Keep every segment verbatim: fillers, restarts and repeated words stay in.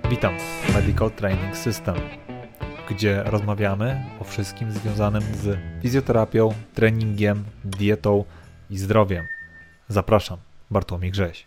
Witam w Medical Training System, gdzie rozmawiamy o wszystkim związanym z fizjoterapią, treningiem, dietą i zdrowiem. Zapraszam, Bartłomiej Grześ.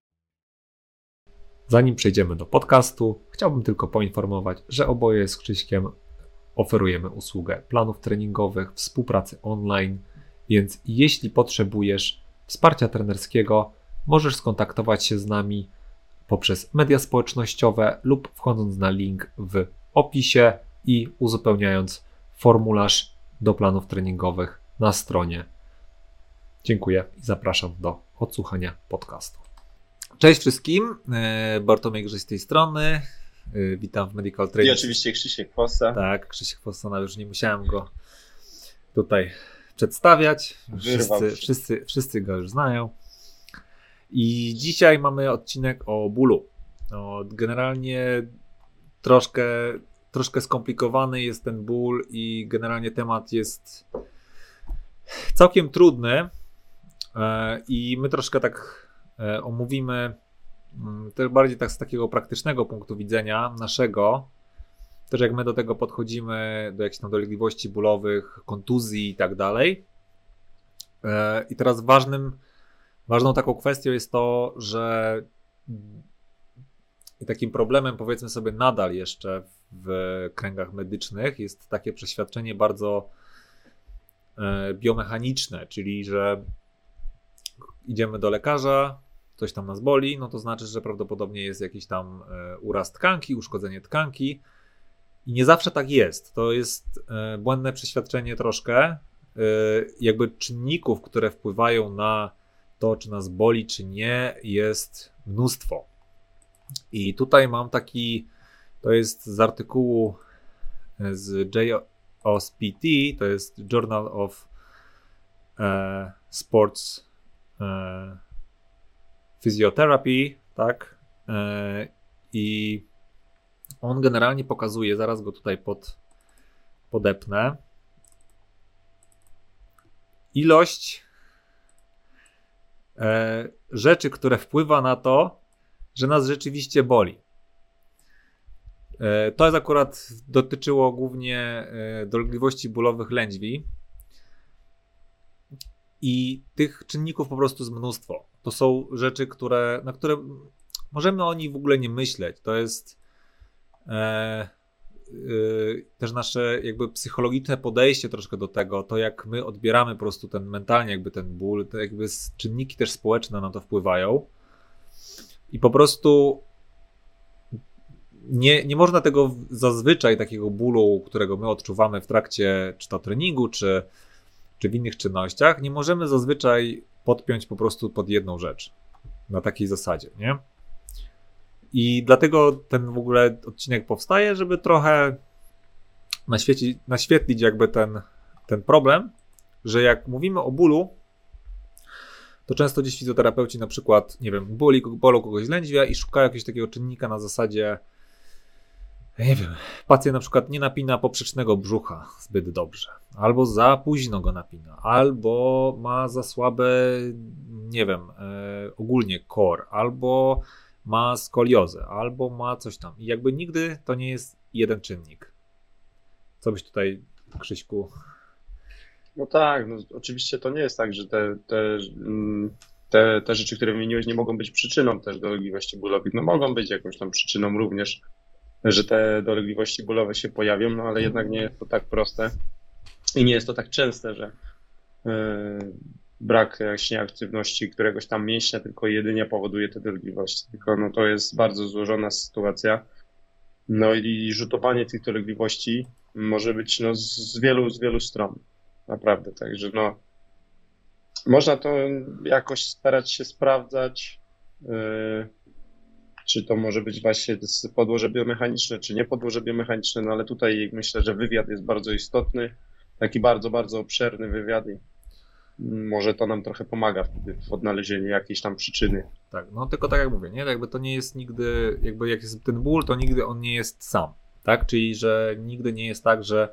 Zanim przejdziemy do podcastu, chciałbym tylko poinformować, że oboje z Krzyśkiem oferujemy usługę planów treningowych, współpracy online, więc jeśli potrzebujesz wsparcia trenerskiego, możesz skontaktować się z nami poprzez media społecznościowe lub wchodząc na link w opisie i uzupełniając formularz do planów treningowych na stronie. Dziękuję i zapraszam do odsłuchania podcastu. Cześć wszystkim, Bartłomiej Grześ z tej strony, witam w Medical Training. I oczywiście Krzysiek Fossa. Tak, Krzysiek Fossa, no już nie musiałem go tutaj przedstawiać, wszyscy, wszyscy, wszyscy go już znają. I dzisiaj mamy odcinek o bólu. No, generalnie troszkę, troszkę skomplikowany jest ten ból i generalnie temat jest całkiem trudny i my troszkę tak omówimy też bardziej tak z takiego praktycznego punktu widzenia naszego, też jak my do tego podchodzimy, do jakichś tam dolegliwości bólowych, kontuzji i tak dalej. I teraz ważnym Ważną taką kwestią jest to, że takim problemem, powiedzmy sobie, nadal jeszcze w kręgach medycznych jest takie przeświadczenie bardzo biomechaniczne, czyli że idziemy do lekarza, coś tam nas boli, no to znaczy, że prawdopodobnie jest jakiś tam uraz tkanki, uszkodzenie tkanki i nie zawsze tak jest. To jest błędne przeświadczenie troszkę, jakby czynników, które wpływają na to, czy nas boli, czy nie, jest mnóstwo. I tutaj mam taki, to jest z artykułu z J O S P T, to jest Journal of uh, Sports uh, Physiotherapy, tak? Uh, I on generalnie pokazuje, zaraz go tutaj pod, podepnę, ilość rzeczy, które wpływa na to, że nas rzeczywiście boli. To jest akurat dotyczyło głównie dolegliwości bólowych lędźwi i tych czynników po prostu jest mnóstwo. To są rzeczy, które, na które możemy o nich w ogóle nie myśleć. To jest e, e, też nasze jakby psychologiczne podejście troszkę do tego, to jak my odbieramy po prostu ten mentalnie jakby ten ból, to jakby czynniki też społeczne na to wpływają i po prostu nie, nie można tego zazwyczaj takiego bólu, którego my odczuwamy w trakcie czy to treningu, czy, czy w innych czynnościach, nie możemy zazwyczaj podpiąć po prostu pod jedną rzecz na takiej zasadzie, nie? I dlatego ten w ogóle odcinek powstaje, żeby trochę naświetlić, naświetlić jakby ten, ten problem, że jak mówimy o bólu, to często gdzieś fizjoterapeuci na przykład, nie wiem, boli, bolą kogoś lędźwia i szukają jakiegoś takiego czynnika na zasadzie, nie wiem, pacjent na przykład nie napina poprzecznego brzucha zbyt dobrze, albo za późno go napina, albo ma za słabe, nie wiem, e, ogólnie core, albo ma skoliozę, albo ma coś tam. I jakby nigdy to nie jest jeden czynnik. Co byś tutaj, Krzyśku? No tak, no oczywiście to nie jest tak, że te, te, te, te rzeczy, które wymieniłeś, nie mogą być przyczyną też dolegliwości bólowych. No mogą być jakąś tam przyczyną również, że te dolegliwości bólowe się pojawią, no ale jednak nie jest to tak proste i nie jest to tak częste, że yy, brak właśnie aktywności któregoś tam mięśnia tylko jedynie powoduje te dolegliwości. Tylko no to jest bardzo złożona sytuacja. No i rzutowanie tych dolegliwości może być no z wielu, z wielu stron. Naprawdę, także no można to jakoś starać się sprawdzać, yy, czy to może być właśnie podłoże biomechaniczne, czy nie podłoże biomechaniczne, no ale tutaj myślę, że wywiad jest bardzo istotny, taki bardzo, bardzo obszerny wywiad i może to nam trochę pomaga wtedy w odnalezieniu jakiejś tam przyczyny. Tak, no tylko tak jak mówię, nie? Jakby to nie jest nigdy, jakby jak jest ten ból, to nigdy on nie jest sam, tak? Czyli, że nigdy nie jest tak, że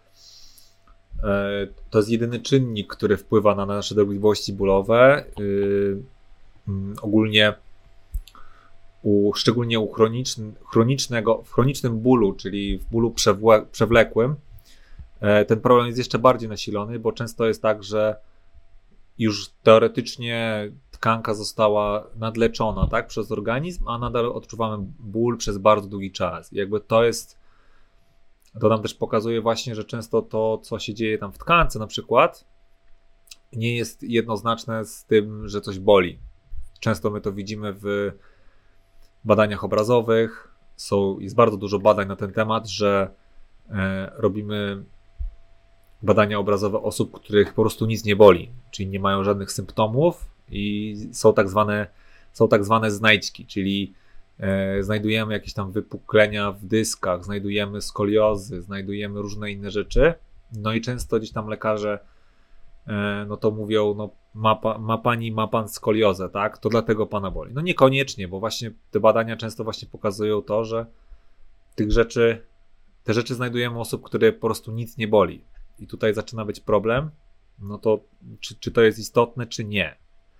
e, to jest jedyny czynnik, który wpływa na nasze dolegliwości bólowe. Yy, yy, ogólnie u, szczególnie u chroniczn, chronicznego, w chronicznym bólu, czyli w bólu przewle, przewlekłym, ten problem jest jeszcze bardziej nasilony, bo często jest tak, że już teoretycznie tkanka została nadleczona, tak, przez organizm, a nadal odczuwamy ból przez bardzo długi czas. I jakby to jest, to nam też pokazuje właśnie, że często to, co się dzieje tam w tkance na przykład, nie jest jednoznaczne z tym, że coś boli. Często my to widzimy w badaniach obrazowych. Są, jest bardzo dużo badań na ten temat, że e, robimy badania obrazowe osób, których po prostu nic nie boli, czyli nie mają żadnych symptomów i są tak zwane, są tak zwane znajdźki, czyli e, znajdujemy jakieś tam wypuklenia w dyskach, znajdujemy skoliozy, znajdujemy różne inne rzeczy. No i często gdzieś tam lekarze e, no to mówią, no ma, pa, ma pani, ma pan skoliozę, tak? To dlatego pana boli. No niekoniecznie, bo właśnie te badania często właśnie pokazują to, że tych rzeczy, te rzeczy znajdujemy u osób, które po prostu nic nie boli. I tutaj zaczyna być problem, no to czy, czy to jest istotne, czy nie.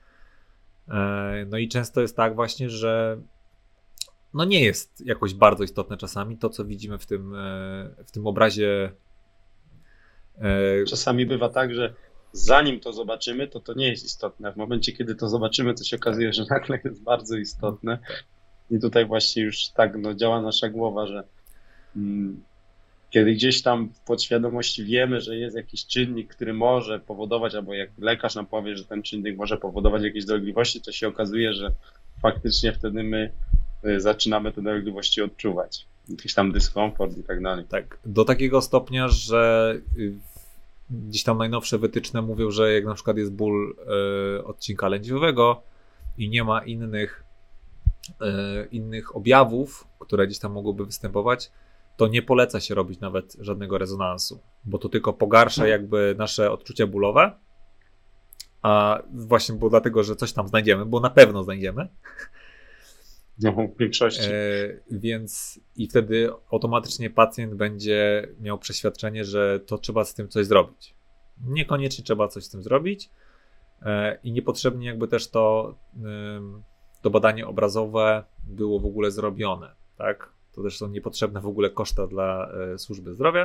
No i często jest tak właśnie, że no nie jest jakoś bardzo istotne czasami to, co widzimy w tym, w tym obrazie. Czasami bywa tak, że zanim to zobaczymy, to to nie jest istotne. W momencie, kiedy to zobaczymy, to się okazuje, że nagle jest bardzo istotne. I tutaj właśnie już tak no, działa nasza głowa, że mm, kiedy gdzieś tam w podświadomości wiemy, że jest jakiś czynnik, który może powodować, albo jak lekarz nam powie, że ten czynnik może powodować jakieś dolegliwości, to się okazuje, że faktycznie wtedy my zaczynamy te dolegliwości odczuwać. Jakiś tam dyskomfort i tak dalej. Tak, do takiego stopnia, że gdzieś tam najnowsze wytyczne mówią, że jak na przykład jest ból y, odcinka lędźwiowego i nie ma innych, y, innych objawów, które gdzieś tam mogłyby występować, to nie poleca się robić nawet żadnego rezonansu, bo to tylko pogarsza jakby nasze odczucia bólowe, a właśnie bo dlatego, że coś tam znajdziemy, bo na pewno znajdziemy. No, w większości. E, więc i wtedy automatycznie pacjent będzie miał przeświadczenie, że to trzeba z tym coś zrobić. Niekoniecznie trzeba coś z tym zrobić e, i niepotrzebnie jakby też to, e, to badanie obrazowe było w ogóle zrobione, tak? To też są niepotrzebne w ogóle koszta dla e, służby zdrowia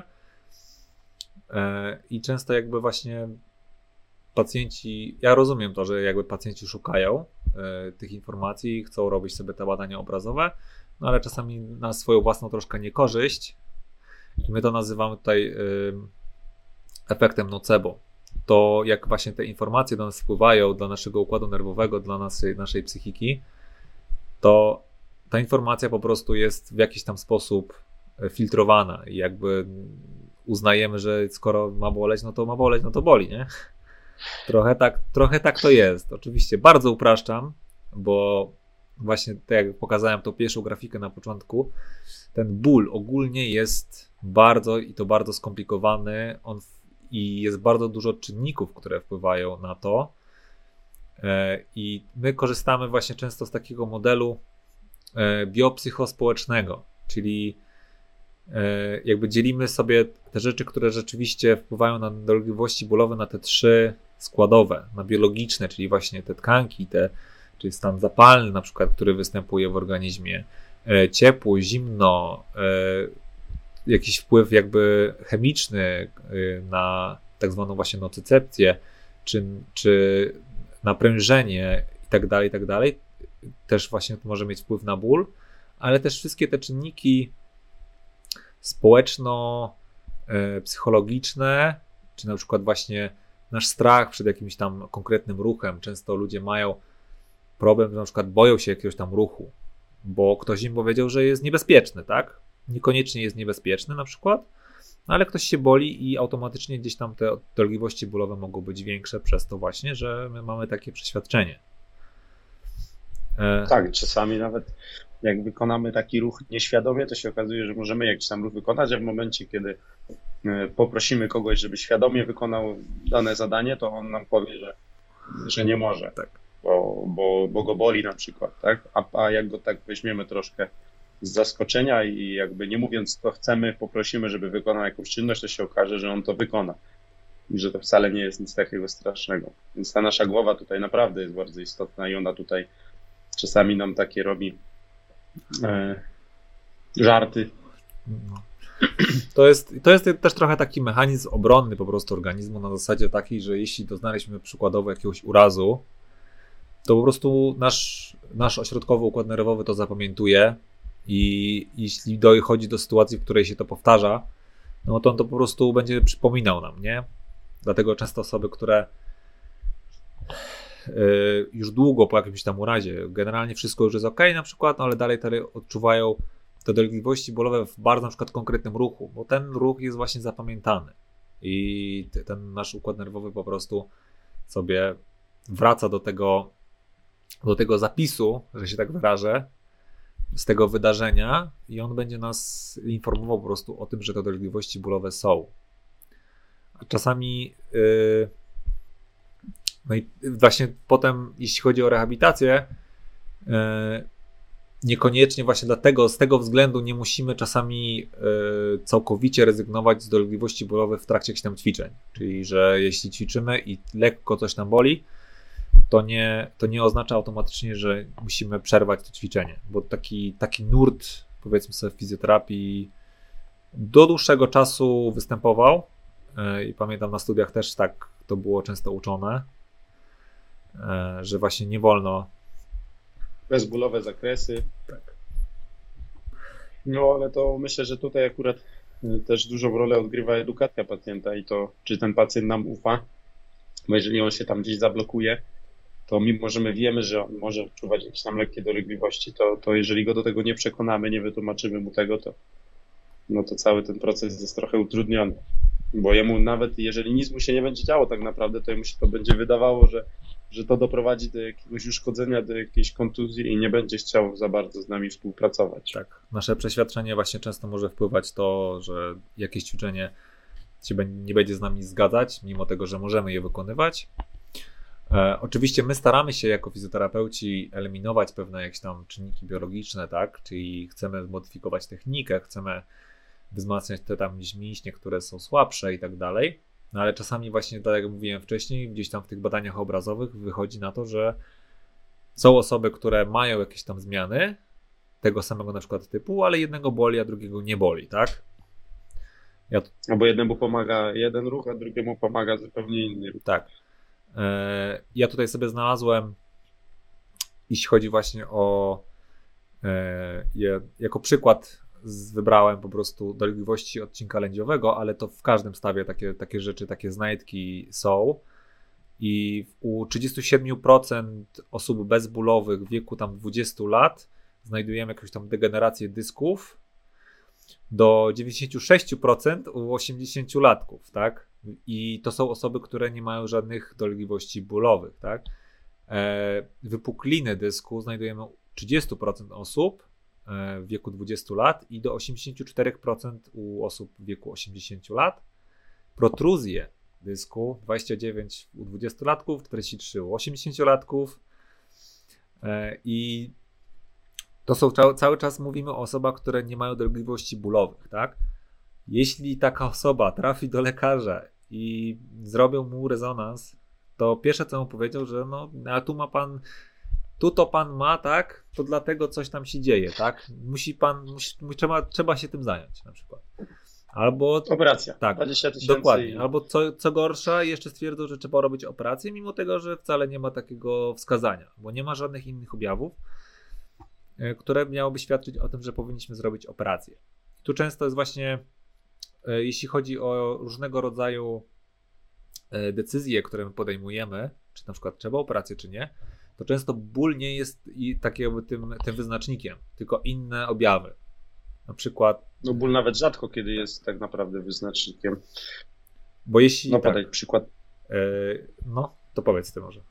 e, i często jakby właśnie pacjenci, ja rozumiem to, że jakby pacjenci szukają e, tych informacji, chcą robić sobie te badania obrazowe, no ale czasami na swoją własną troszkę niekorzyść i my to nazywamy tutaj e, efektem nocebo. To jak właśnie te informacje do nas wpływają, dla naszego układu nerwowego, dla naszej, naszej psychiki, to ta informacja po prostu jest w jakiś tam sposób filtrowana i jakby uznajemy, że skoro ma boleć, no to ma boleć, no to boli, nie? Trochę tak, trochę tak to jest. Oczywiście bardzo upraszczam, bo właśnie tak jak pokazałem tą pierwszą grafikę na początku, ten ból ogólnie jest bardzo i to bardzo skomplikowany on i jest bardzo dużo czynników, które wpływają na to i my korzystamy właśnie często z takiego modelu biopsychospołecznego, czyli jakby dzielimy sobie te rzeczy, które rzeczywiście wpływają na dolegliwości bólowe, na te trzy składowe, na biologiczne, czyli właśnie te tkanki, te, czyli stan zapalny na przykład, który występuje w organizmie, ciepło, zimno, jakiś wpływ jakby chemiczny na tak zwaną właśnie nocycepcję, czy, czy naprężenie i tak dalej, i tak dalej. Też właśnie to może mieć wpływ na ból, ale też wszystkie te czynniki społeczno-psychologiczne, czy na przykład właśnie nasz strach przed jakimś tam konkretnym ruchem. Często ludzie mają problem, że na przykład boją się jakiegoś tam ruchu, bo ktoś im powiedział, że jest niebezpieczny, tak? Niekoniecznie jest niebezpieczny na przykład, ale ktoś się boli i automatycznie gdzieś tam te dolegliwości bólowe mogą być większe przez to właśnie, że my mamy takie przeświadczenie. Tak, czasami nawet jak wykonamy taki ruch nieświadomie, to się okazuje, że możemy jakiś tam ruch wykonać, a w momencie, kiedy poprosimy kogoś, żeby świadomie wykonał dane zadanie, to on nam powie, że, że nie może, tak. bo, bo, bo go boli na przykład, tak? A, a jak go tak weźmiemy troszkę z zaskoczenia i jakby nie mówiąc co chcemy, poprosimy, żeby wykonał jakąś czynność, to się okaże, że on to wykona i że to wcale nie jest nic takiego strasznego. Więc ta nasza głowa tutaj naprawdę jest bardzo istotna i ona tutaj czasami nam takie robi e, żarty. No. To jest, to jest też trochę taki mechanizm obronny po prostu organizmu na zasadzie takiej, że jeśli doznaliśmy przykładowo jakiegoś urazu, to po prostu nasz, nasz ośrodkowy układ nerwowy to zapamiętuje i jeśli dochodzi do sytuacji, w której się to powtarza, no to on to po prostu będzie przypominał nam, nie? Dlatego często osoby, które yy, już długo po jakimś tam urazie, generalnie wszystko już jest ok na przykład, no ale dalej odczuwają te dolegliwości bólowe w bardzo na przykład konkretnym ruchu, bo ten ruch jest właśnie zapamiętany i ten nasz układ nerwowy po prostu sobie wraca do tego, do tego zapisu, że się tak wyrażę, z tego wydarzenia i on będzie nas informował po prostu o tym, że te dolegliwości bólowe są. A czasami yy, no i właśnie potem, jeśli chodzi o rehabilitację, yy, niekoniecznie właśnie dlatego, z tego względu nie musimy czasami yy, całkowicie rezygnować z dolegliwości bólowych w trakcie jakichś tam ćwiczeń. Czyli, że jeśli ćwiczymy i lekko coś nam boli, to nie, to nie oznacza automatycznie, że musimy przerwać to ćwiczenie, bo taki, taki nurt, powiedzmy sobie, w fizjoterapii do dłuższego czasu występował yy, i pamiętam na studiach też tak to było często uczone, yy, że właśnie nie wolno. Bezbólowe zakresy. Tak. No ale to myślę, że tutaj akurat też dużą rolę odgrywa edukacja pacjenta i to, czy ten pacjent nam ufa, bo jeżeli on się tam gdzieś zablokuje, to mimo, że my wiemy, że on może odczuwać jakieś tam lekkie dolegliwości, to, to jeżeli go do tego nie przekonamy, nie wytłumaczymy mu tego, to, no to cały ten proces jest trochę utrudniony. Bo jemu nawet, jeżeli nic mu się nie będzie działo tak naprawdę, to jemu się to będzie wydawało, że, że to doprowadzi do jakiegoś uszkodzenia, do jakiejś kontuzji i nie będzie chciał za bardzo z nami współpracować. Tak, nasze przeświadczenie właśnie często może wpływać to, że jakieś ćwiczenie się nie będzie z nami zgadzać, mimo tego, że możemy je wykonywać. E, oczywiście my staramy się jako fizjoterapeuci eliminować pewne jakieś tam czynniki biologiczne, tak? Czyli chcemy zmodyfikować technikę, chcemy wzmacniać te tam mięśnie, które są słabsze i tak dalej. No ale czasami właśnie, tak jak mówiłem wcześniej, gdzieś tam w tych badaniach obrazowych wychodzi na to, że są osoby, które mają jakieś tam zmiany tego samego na przykład typu, ale jednego boli, a drugiego nie boli, tak? Ja to... Albo jednemu pomaga jeden ruch, a drugiemu pomaga zupełnie inny ruch. Tak. Ja tutaj sobie znalazłem, jeśli chodzi właśnie o, ja jako przykład wybrałem po prostu dolegliwości odcinka lędźwiowego, ale to w każdym stawie takie, takie rzeczy, takie znajdki są i u trzydzieści siedem procent osób bezbólowych w wieku tam dwudziestu lat znajdujemy jakąś tam degenerację dysków, do dziewięćdziesiąt sześć procent u osiemdziesięciolatków, tak? I to są osoby, które nie mają żadnych dolegliwości bólowych, tak? E, wypukliny dysku znajdujemy u trzydzieści procent osób e, w wieku dwudziestu lat i do osiemdziesiąt cztery procent u osób w wieku osiemdziesięciu lat. Protruzje dysku dwadzieścia dziewięć u dwudziestolatków, czterdzieści trzy u osiemdziesięciolatków e, i to są cały czas mówimy o osobach, które nie mają dolegliwości bólowych, tak? Jeśli taka osoba trafi do lekarza i zrobią mu rezonans, to pierwsze co mu powiedział, że no, a tu ma pan, tu to pan ma, tak? To dlatego coś tam się dzieje, tak? Musi pan, musi, trzeba, trzeba się tym zająć na przykład. Albo operacja. Tak, dwadzieścia tysięcy dokładnie. I... Albo co, co gorsza, jeszcze stwierdzą, że trzeba robić operację, mimo tego, że wcale nie ma takiego wskazania, bo nie ma żadnych innych objawów, które miałoby świadczyć o tym, że powinniśmy zrobić operację. Tu często jest właśnie, jeśli chodzi o różnego rodzaju decyzje, które my podejmujemy, czy na przykład trzeba operację, czy nie, to często ból nie jest i tak jakby tym, tym wyznacznikiem, tylko inne objawy. Na przykład... No ból nawet rzadko kiedy jest tak naprawdę wyznacznikiem. Bo jeśli... No podaj tak, przykład. Yy, no, to powiedz ty może.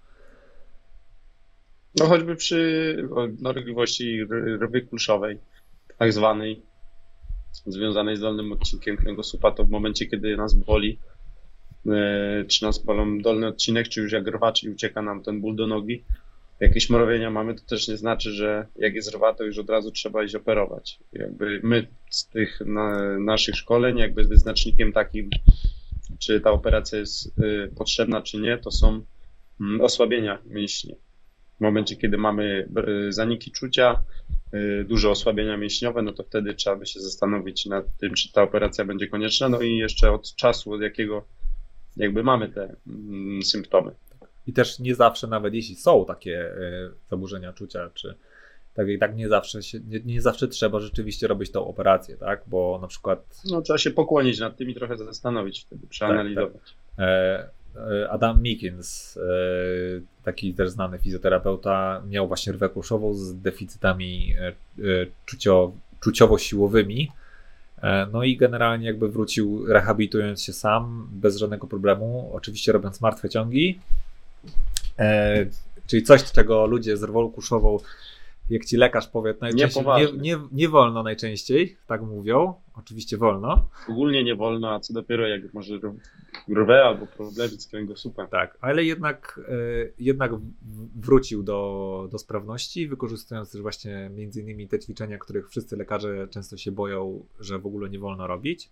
No choćby przy dolegliwości rwy kulszowej, tak zwanej, związanej z dolnym odcinkiem kręgosłupa, to w momencie, kiedy nas boli, czy nas bolą dolny odcinek, czy już jak rwa, czy ucieka nam ten ból do nogi, jakieś mrowienia mamy, to też nie znaczy, że jak jest rwa, to już od razu trzeba iść operować. Jakby my z tych na, naszych szkoleń, jakby wyznacznikiem takim, czy ta operacja jest potrzebna, czy nie, to są osłabienia mięśni. W momencie, kiedy mamy zaniki czucia, duże osłabienia mięśniowe, no to wtedy trzeba by się zastanowić nad tym, czy ta operacja będzie konieczna, no i jeszcze od czasu, od jakiego jakby mamy te mm, symptomy. I też nie zawsze, nawet jeśli są takie y, zaburzenia czucia, czy tak i tak nie zawsze, się, nie, nie zawsze trzeba rzeczywiście robić tą operację, tak? Bo na przykład... No trzeba się pokłonić nad tym i trochę zastanowić wtedy, przeanalizować. Tak, tak. E, Adam Meakins, e, taki też znany fizjoterapeuta, miał właśnie rwę kurczową z deficytami e, czucio, czuciowo-siłowymi. E, no i generalnie jakby wrócił rehabilitując się sam, bez żadnego problemu, oczywiście robiąc martwe ciągi. E, czyli coś, czego ludzie z rwą kurczową, jak ci lekarz powie, najczęściej nie, nie, nie, nie wolno najczęściej, tak mówią, oczywiście wolno. Ogólnie nie wolno, a co dopiero jak może rwę albo problemy z kręgosłupem. Tak, ale jednak, jednak wrócił do, do sprawności, wykorzystując też właśnie między innymi te ćwiczenia, których wszyscy lekarze często się boją, że w ogóle nie wolno robić.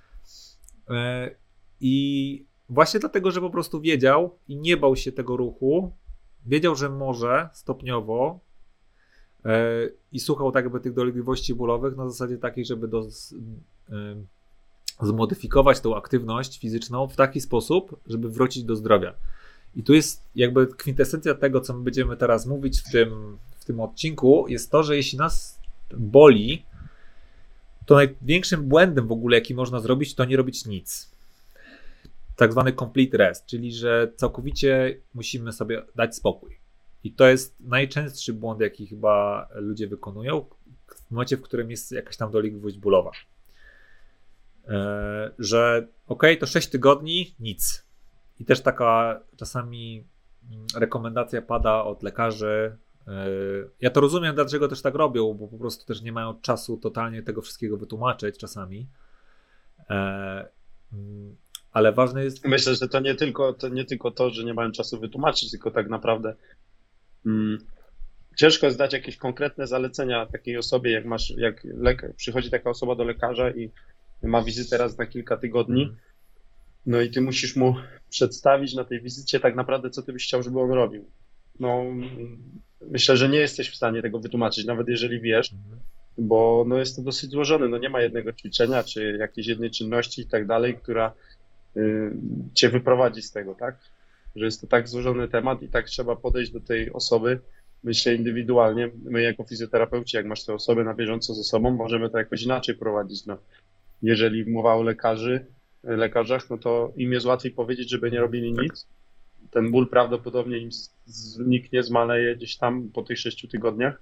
I właśnie dlatego, że po prostu wiedział i nie bał się tego ruchu, wiedział, że może stopniowo i słuchał tak jakby tych dolegliwości bólowych na zasadzie takiej, żeby do, zmodyfikować tą aktywność fizyczną w taki sposób, żeby wrócić do zdrowia. I tu jest jakby kwintesencja tego, co my będziemy teraz mówić w tym, w tym odcinku, jest to, że jeśli nas boli, to największym błędem w ogóle, jaki można zrobić, to nie robić nic. Tak zwany complete rest, czyli że całkowicie musimy sobie dać spokój. I to jest najczęstszy błąd, jaki chyba ludzie wykonują w momencie, w którym jest jakaś tam dolegliwość bólowa. Yy, że okej, okay, to sześć tygodni, nic. I też taka czasami rekomendacja pada od lekarzy. Yy, ja to rozumiem, dlaczego też tak robią, bo po prostu też nie mają czasu totalnie tego wszystkiego wytłumaczyć czasami. Yy, yy, ale ważne jest... Myślę, że to nie tylko to, nie tylko to, że nie mają czasu wytłumaczyć, tylko tak naprawdę Hmm. ciężko jest dać jakieś konkretne zalecenia takiej osobie, jak masz, jak lek- przychodzi taka osoba do lekarza i ma wizytę raz na kilka tygodni, mm. no i ty musisz mu przedstawić na tej wizycie tak naprawdę, co ty byś chciał, żeby on robił. No, myślę, że nie jesteś w stanie tego wytłumaczyć, nawet jeżeli wiesz, mm. bo no jest to dosyć złożone, no nie ma jednego ćwiczenia, czy jakiejś jednej czynności i tak dalej, która y, cię wyprowadzi z tego, tak? Że jest to tak złożony temat i tak trzeba podejść do tej osoby, myślę, indywidualnie. My jako fizjoterapeuci, jak masz te osoby na bieżąco ze sobą, możemy to jakoś inaczej prowadzić. No, jeżeli mowa o lekarzy, lekarzach, no to im jest łatwiej powiedzieć, żeby nie robili tak. nic. Ten ból prawdopodobnie im zniknie, zmaleje gdzieś tam po tych sześciu tygodniach.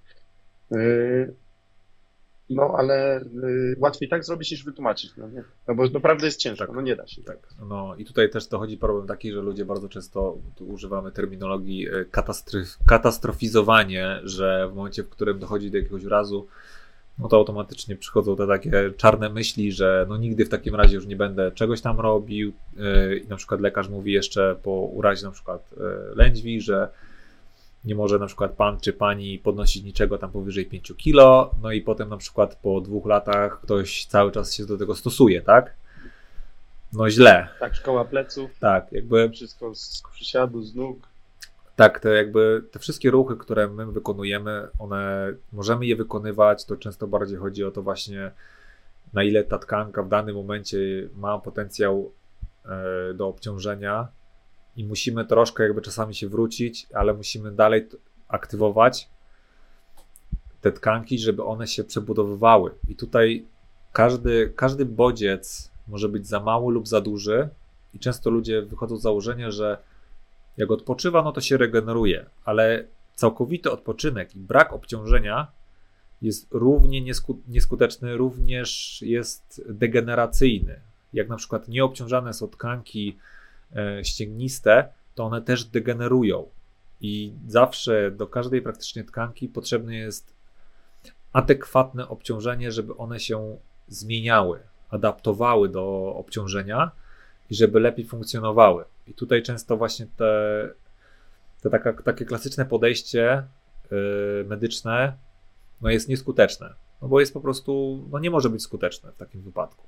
No, ale y, łatwiej tak zrobić niż wytłumaczyć, no nie? No bo naprawdę jest ciężko, tak. no nie da się. Tak. No i tutaj też dochodzi problem taki, że ludzie bardzo często, tu używamy terminologii katastryf, katastrofizowanie, że w momencie, w którym dochodzi do jakiegoś razu, no to automatycznie przychodzą te takie czarne myśli, że no nigdy w takim razie już nie będę czegoś tam robił yy, i na przykład lekarz mówi jeszcze po urazie na przykład yy, lędźwi, że nie może na przykład pan czy pani podnosić niczego tam powyżej pięć kilo, no i potem na przykład po dwóch latach ktoś cały czas się do tego stosuje, tak? No źle. Tak, szkoła pleców. Tak, jakby... Wszystko z przysiadu, z nóg. Tak, te jakby te wszystkie ruchy, które my wykonujemy, one możemy je wykonywać, to często bardziej chodzi o to właśnie, na ile ta tkanka w danym momencie ma potencjał e, do obciążenia i musimy troszkę jakby czasami się wrócić, ale musimy dalej aktywować te tkanki, żeby one się przebudowywały. I tutaj każdy, każdy bodziec może być za mały lub za duży i często ludzie wychodzą z założenia, że jak odpoczywa, no to się regeneruje, ale całkowity odpoczynek i brak obciążenia jest równie niesku- nieskuteczny, również jest degeneracyjny. Jak na przykład nieobciążane są tkanki e, ścięgniste, to one też degenerują i zawsze do każdej praktycznie tkanki potrzebne jest adekwatne obciążenie, żeby one się zmieniały, adaptowały do obciążenia i żeby lepiej funkcjonowały. I tutaj często właśnie te, te taka, takie klasyczne podejście yy, medyczne no jest nieskuteczne, no bo jest po prostu, no nie może być skuteczne w takim wypadku.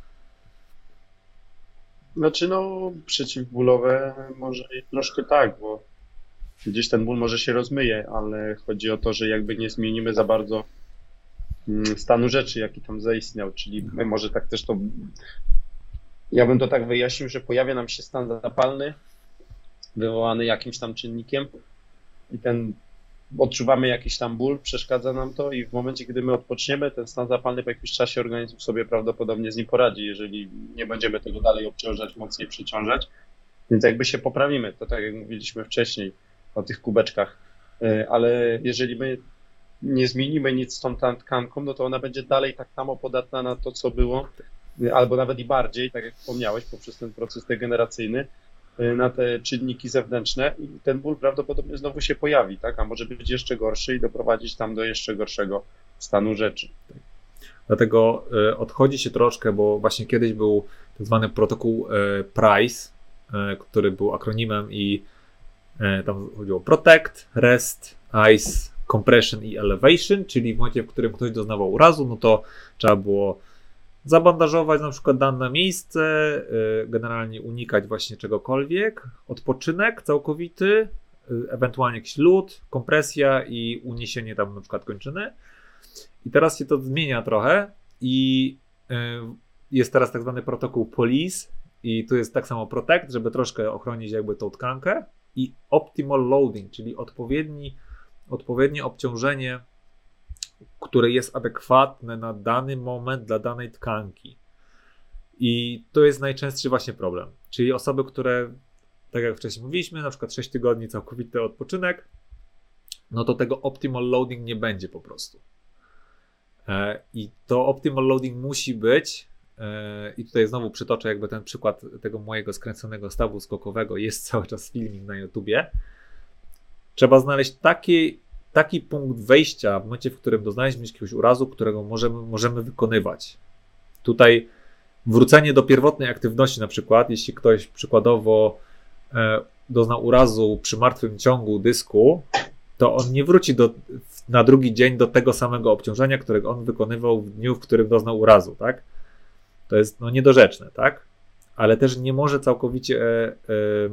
Znaczy no przeciwbólowe może troszkę tak, bo gdzieś ten ból może się rozmyje, ale chodzi o to, że jakby nie zmienimy za bardzo stanu rzeczy, jaki tam zaistniał, czyli może tak też to, ja bym to tak wyjaśnił, że pojawia nam się stan zapalny wywołany jakimś tam czynnikiem i ten odczuwamy jakiś tam ból, przeszkadza nam to i w momencie, gdy my odpoczniemy, ten stan zapalny po jakimś czasie organizm sobie prawdopodobnie z nim poradzi, jeżeli nie będziemy tego dalej obciążać, mocniej przeciążać, więc jakby się poprawimy, to tak jak mówiliśmy wcześniej o tych kubeczkach, ale jeżeli my nie zmienimy nic z tą tkanką, no to ona będzie dalej tak samo podatna na to, co było, albo nawet i bardziej, tak jak wspomniałeś, poprzez ten proces degeneracyjny, na te czynniki zewnętrzne i ten ból prawdopodobnie znowu się pojawi, tak? A może być jeszcze gorszy i doprowadzić tam do jeszcze gorszego stanu rzeczy. Dlatego odchodzi się troszkę, bo właśnie kiedyś był tak zwany protokół PRICE, który był akronimem i tam chodziło Protect, Rest, Ice, Compression i Elevation, czyli w momencie, w którym ktoś doznawał urazu, no to trzeba było zabandażować na przykład dane miejsce, generalnie unikać właśnie czegokolwiek, odpoczynek całkowity, ewentualnie jakiś lód, kompresja i uniesienie tam na przykład kończyny. I teraz się to zmienia trochę i jest teraz tak zwany protokół POLICE i tu jest tak samo Protect, żeby troszkę ochronić jakby tą tkankę i Optimal Loading, czyli odpowiedni, odpowiednie obciążenie, które jest adekwatne na dany moment dla danej tkanki. I to jest najczęstszy właśnie problem. Czyli osoby, które, tak jak wcześniej mówiliśmy, na przykład sześć tygodni całkowity odpoczynek, no to tego optimal loading nie będzie po prostu. I to optimal loading musi być, i tutaj znowu przytoczę jakby ten przykład tego mojego skręconego stawu skokowego, jest cały czas filmik na YouTubie. Trzeba znaleźć taki taki punkt wejścia w momencie, w którym doznaliśmy jakiegoś urazu, którego możemy, możemy wykonywać. Tutaj wrócenie do pierwotnej aktywności, na przykład, jeśli ktoś przykładowo e, doznał urazu przy martwym ciągu dysku, to on nie wróci do, na drugi dzień do tego samego obciążenia, którego on wykonywał w dniu, w którym doznał urazu, tak? To jest no, niedorzeczne, tak? Ale też nie może całkowicie e, e,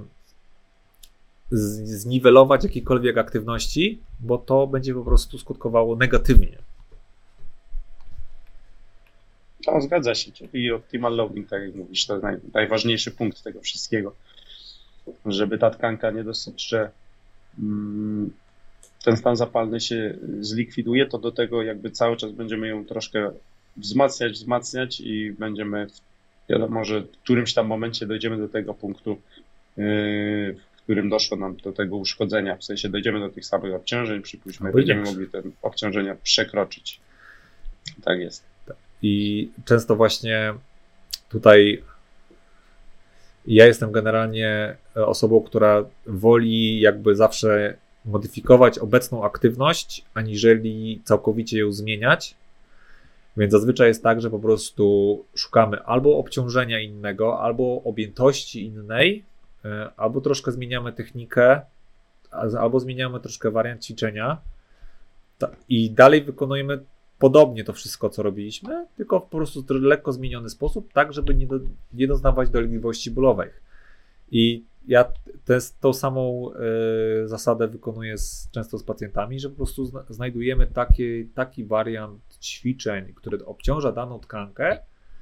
zniwelować jakiejkolwiek aktywności, bo to będzie po prostu skutkowało negatywnie. No, zgadza się. I optimal loading, tak jak mówisz, to jest naj, najważniejszy punkt tego wszystkiego. Żeby ta tkanka nie dosyć, że mm, ten stan zapalny się zlikwiduje, to do tego jakby cały czas będziemy ją troszkę wzmacniać, wzmacniać i będziemy, wiadomo, że w którymś tam momencie dojdziemy do tego punktu, yy, w którym doszło nam do tego uszkodzenia, w sensie dojdziemy do tych samych obciążeń, przypuśćmy, no będziemy mogli te obciążenia przekroczyć. Tak jest. I często właśnie tutaj ja jestem generalnie osobą, która woli jakby zawsze modyfikować obecną aktywność, aniżeli całkowicie ją zmieniać. Więc zazwyczaj jest tak, że po prostu szukamy albo obciążenia innego, albo objętości innej, albo troszkę zmieniamy technikę, albo zmieniamy troszkę wariant ćwiczenia i dalej wykonujemy podobnie to wszystko, co robiliśmy, tylko w po prostu lekko zmieniony sposób, tak, żeby nie, do, nie doznawać dolegliwości bólowych. I ja tę tą samą y, zasadę wykonuję z, często z pacjentami, że po prostu zna, znajdujemy taki, taki wariant ćwiczeń, który obciąża daną tkankę,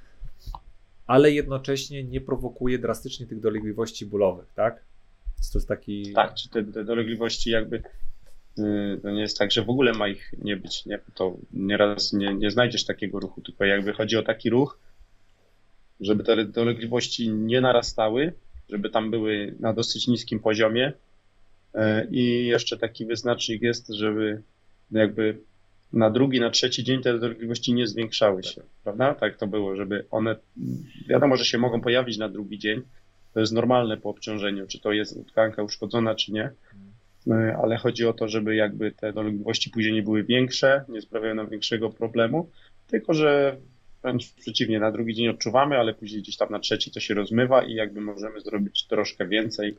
ale jednocześnie nie prowokuje drastycznie tych dolegliwości bólowych, tak? To jest taki... Tak, czy te, te dolegliwości jakby to nie jest tak, że w ogóle ma ich nie być, nie? To nieraz nie, nie znajdziesz takiego ruchu, tylko jakby chodzi o taki ruch, żeby te dolegliwości nie narastały, żeby tam były na dosyć niskim poziomie i jeszcze taki wyznacznik jest, żeby jakby na drugi, na trzeci dzień te dolegliwości nie zwiększały się, prawda? Tak to było, żeby one, wiadomo, że się mogą pojawić na drugi dzień, to jest normalne po obciążeniu, czy to jest tkanka uszkodzona, czy nie, ale chodzi o to, żeby jakby te dolegliwości później nie były większe, nie sprawiały nam większego problemu, tylko że wręcz przeciwnie, na drugi dzień odczuwamy, ale później gdzieś tam na trzeci to się rozmywa i jakby możemy zrobić troszkę więcej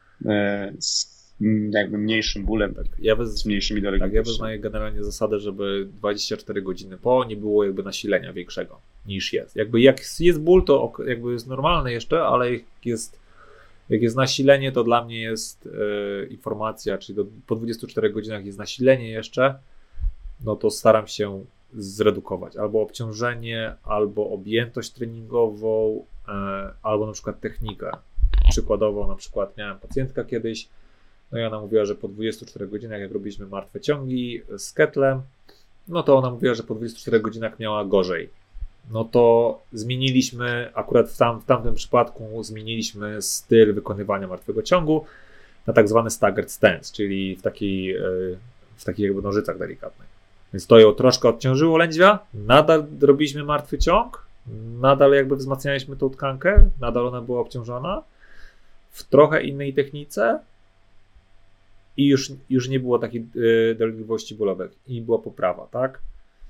z jakby mniejszym bólem, tak, ja bez, z mniejszymi dolegliwościami. Tak, ja wyznaję generalnie zasadę, żeby dwadzieścia cztery godziny po nie było jakby nasilenia większego niż jest. Jakby jak jest ból, to jakby jest normalne jeszcze, ale jak jest, jak jest nasilenie, to dla mnie jest yy, informacja, czyli do, po dwudziestu czterech godzinach jest nasilenie jeszcze, no to staram się zredukować. Albo obciążenie, albo objętość treningową, e, albo na przykład technikę. Przykładowo na przykład miałem pacjentkę kiedyś, no i ona mówiła, że po dwudziestu czterech godzinach, jak robiliśmy martwe ciągi z ketlem, no to ona mówiła, że po dwudziestu czterech godzinach miała gorzej. No to zmieniliśmy, akurat w, tam, w tamtym przypadku zmieniliśmy styl wykonywania martwego ciągu na tak zwany staggered stance, czyli w takiej, w takich jakby nożycach delikatnych. Więc to ją troszkę odciążyło lędźwia, nadal robiliśmy martwy ciąg, nadal jakby wzmacnialiśmy tą tkankę, nadal ona była obciążona w trochę innej technice i już, już nie było takiej dolegliwości bólowych i była poprawa, tak?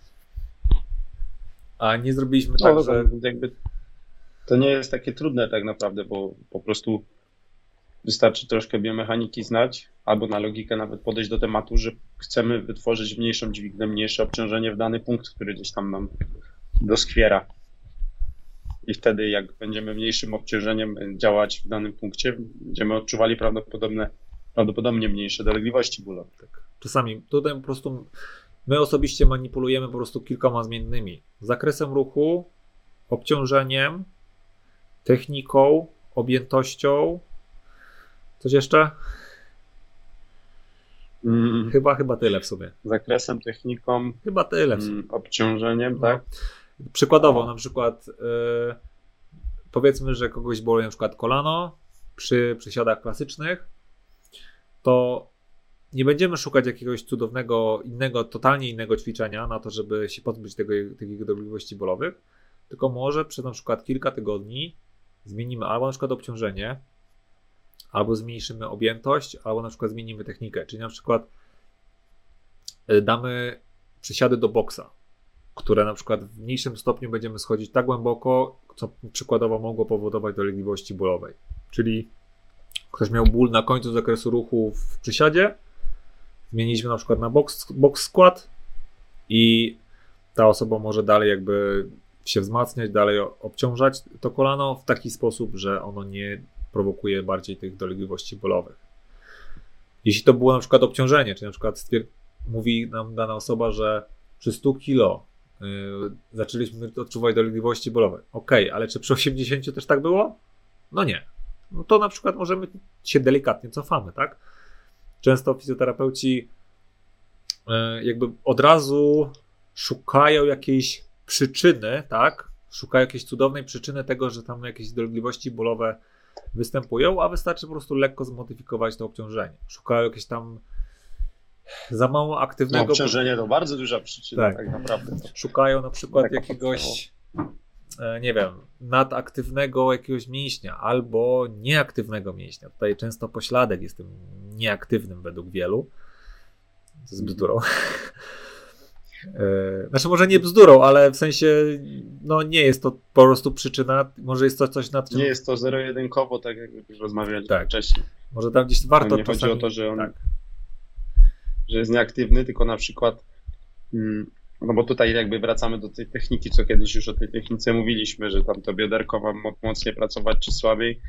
A nie zrobiliśmy no, tak, że... Jakby to nie jest takie trudne tak naprawdę, bo po prostu wystarczy troszkę biomechaniki znać, albo na logikę nawet podejść do tematu, że chcemy wytworzyć mniejszą dźwignę, mniejsze obciążenie w dany punkt, który gdzieś tam nam doskwiera. I wtedy jak będziemy mniejszym obciążeniem działać w danym punkcie, będziemy odczuwali prawdopodobnie, prawdopodobnie mniejsze dolegliwości bólowe. Tak. Czasami tutaj po prostu my osobiście manipulujemy po prostu kilkoma zmiennymi. Zakresem ruchu, obciążeniem, techniką, objętością. Coś jeszcze? Mm. Chyba, chyba tyle w sumie. Zakresem, techniką, chyba tyle w sumie. Obciążeniem, no. tak? Przykładowo, na przykład yy, powiedzmy, że kogoś boli na przykład kolano przy przysiadach klasycznych, to nie będziemy szukać jakiegoś cudownego, innego, totalnie innego ćwiczenia na to, żeby się pozbyć tego, tych dolegliwości bólowych, tylko może przez na przykład kilka tygodni zmienimy albo na przykład obciążenie, albo zmniejszymy objętość, albo na przykład zmienimy technikę, czyli na przykład damy przysiady do boksa, które na przykład w mniejszym stopniu będziemy schodzić tak głęboko, co przykładowo mogło powodować dolegliwości bólowej. Czyli ktoś miał ból na końcu zakresu ruchu w przysiadzie, zmieniliśmy na przykład na box, box squat i ta osoba może dalej jakby się wzmacniać, dalej obciążać to kolano w taki sposób, że ono nie prowokuje bardziej tych dolegliwości bólowych. Jeśli to było na przykład obciążenie, czyli na przykład stwierd- mówi nam dana osoba, że przy stu kilo yy, zaczęliśmy odczuwać dolegliwości bólowe. Ok, ale czy przy osiemdziesięciu też tak było? No nie. No to na przykład możemy się delikatnie cofamy, tak? Często fizjoterapeuci yy, jakby od razu szukają jakiejś przyczyny, tak? Szukają jakiejś cudownej przyczyny tego, że tam jakieś dolegliwości bólowe występują, a wystarczy po prostu lekko zmodyfikować to obciążenie. Szukają jakieś tam za mało aktywnego... No, obciążenie to bardzo duża przyczyna, tak, tak naprawdę. Szukają na przykład tak jakiegoś, e, nie wiem, nadaktywnego jakiegoś mięśnia albo nieaktywnego mięśnia. Tutaj często pośladek jest tym nieaktywnym według wielu. To jest bzdurą. Znaczy może nie bzdurą, ale w sensie no nie jest to po prostu przyczyna, może jest to coś nad czym... Nie jest to zero-jedynkowo, tak jak już rozmawialiśmy tak. wcześniej. Może tam gdzieś warto nie czasami... chodzi o to, że on tak. że jest nieaktywny, tylko na przykład no bo tutaj jakby wracamy do tej techniki, co kiedyś już o tej technice mówiliśmy, że tam to bioderko ma mocniej pracować czy słabiej.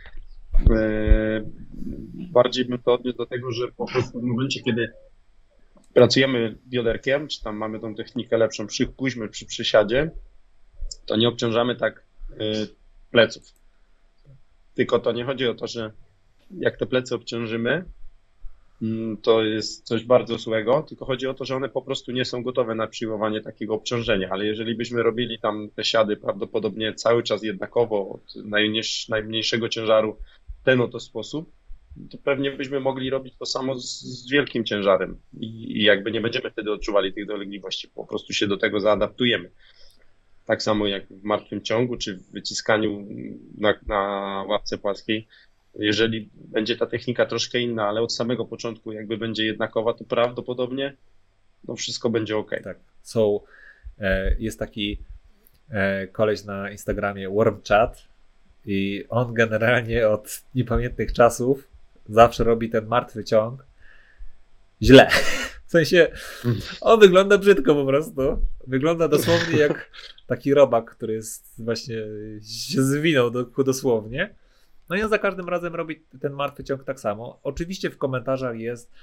Bardziej bym to odniósł do tego, że po prostu w momencie, kiedy pracujemy bioderkiem, czy tam mamy tą technikę lepszą, przy, pójdźmy przy przysiadzie, to nie obciążamy tak y, pleców. Tylko to nie chodzi o to, że jak te plecy obciążymy, y, to jest coś bardzo złego, tylko chodzi o to, że one po prostu nie są gotowe na przyjmowanie takiego obciążenia, ale jeżeli byśmy robili tam te siady prawdopodobnie cały czas jednakowo od najmniejsz, najmniejszego ciężaru w ten oto sposób, to pewnie byśmy mogli robić to samo z, z wielkim ciężarem I, i jakby nie będziemy wtedy odczuwali tych dolegliwości, po prostu się do tego zaadaptujemy. Tak samo jak w martwym ciągu, czy w wyciskaniu na, na ławce płaskiej. Jeżeli będzie ta technika troszkę inna, ale od samego początku jakby będzie jednakowa, to prawdopodobnie no wszystko będzie ok. Tak. So, e, jest taki e, koleś na Instagramie Worm Chat i on generalnie od niepamiętnych czasów zawsze robi ten martwy ciąg źle. W sensie on wygląda brzydko po prostu. Wygląda dosłownie jak taki robak, który jest właśnie się zwinął do, dosłownie. No i on za każdym razem robi ten martwy ciąg tak samo. Oczywiście w komentarzach jest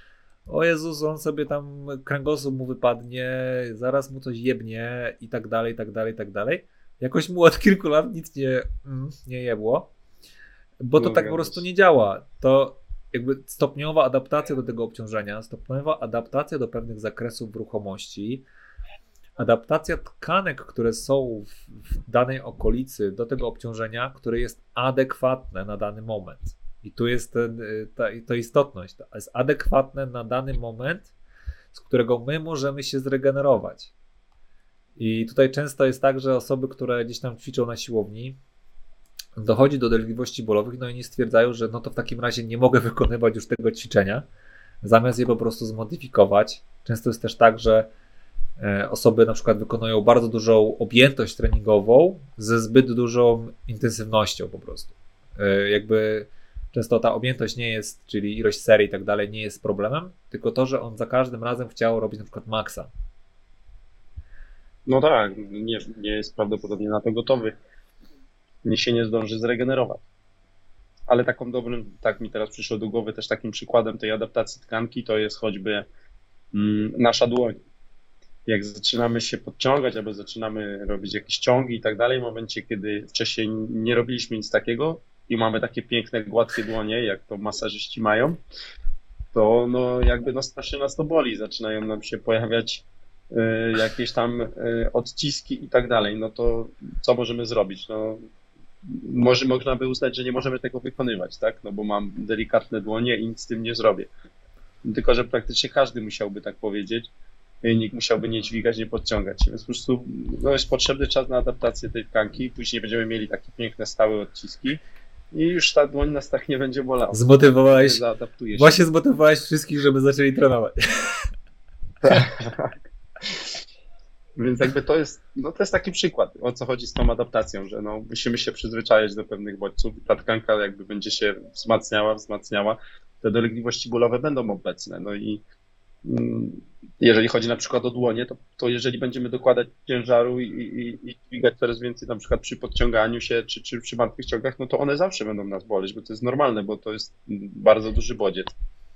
o Jezus, on sobie tam, kręgosłup mu wypadnie, zaraz mu coś jebnie i tak dalej, i tak dalej, i tak dalej. Jakoś mu od kilku lat nic nie, mm, nie jebło, bo to No, tak po prostu nie działa. To jakby stopniowa adaptacja do tego obciążenia, stopniowa adaptacja do pewnych zakresów ruchomości, adaptacja tkanek, które są w, w danej okolicy do tego obciążenia, które jest adekwatne na dany moment. I tu jest ten, ta, to istotność. To jest adekwatne na dany moment, z którego my możemy się zregenerować. I tutaj często jest tak, że osoby, które gdzieś tam ćwiczą na siłowni, dochodzi do dolegliwości bólowych, no i oni stwierdzają, że no to w takim razie nie mogę wykonywać już tego ćwiczenia, zamiast je po prostu zmodyfikować. Często jest też tak, że osoby na przykład wykonują bardzo dużą objętość treningową ze zbyt dużą intensywnością po prostu. Jakby często ta objętość nie jest, czyli ilość serii i tak dalej, nie jest problemem, tylko to, że on za każdym razem chciał robić na przykład maksa. No tak, nie, nie jest prawdopodobnie na to gotowy. Nie się nie zdąży zregenerować. Ale taką dobrym, tak mi teraz przyszło do głowy też takim przykładem tej adaptacji tkanki to jest choćby mm, nasza dłoń. Jak zaczynamy się podciągać albo zaczynamy robić jakieś ciągi i tak dalej, w momencie, kiedy wcześniej nie robiliśmy nic takiego i mamy takie piękne, gładkie dłonie, jak to masażyści mają, to no jakby no strasznie nas to boli, zaczynają nam się pojawiać y, jakieś tam y, odciski i tak dalej, no to co możemy zrobić? No może można by uznać, że nie możemy tego wykonywać, tak? No bo mam delikatne dłonie i nic z tym nie zrobię. Tylko że praktycznie każdy musiałby tak powiedzieć. Nikt musiałby nie dźwigać, nie podciągać. Więc po prostu no, jest potrzebny czas na adaptację tej tkanki. Później będziemy mieli takie piękne, stałe odciski i już ta dłoń nas tak nie będzie bolała. Zmotywowałeś, zaadaptuje się. Właśnie zmotywowałeś wszystkich, żeby zaczęli trenować. Tak. Więc jakby to jest, no to jest taki przykład, o co chodzi z tą adaptacją, że no musimy się przyzwyczajać do pewnych bodźców. Ta tkanka jakby będzie się wzmacniała, wzmacniała. Te dolegliwości bólowe będą obecne. No i jeżeli chodzi na przykład o dłonie, to, to jeżeli będziemy dokładać ciężaru i, i, i dźwigać coraz więcej na przykład przy podciąganiu się czy, czy przy martwych ciągach, no to one zawsze będą nas boleć, bo to jest normalne, bo to jest bardzo duży bodziec.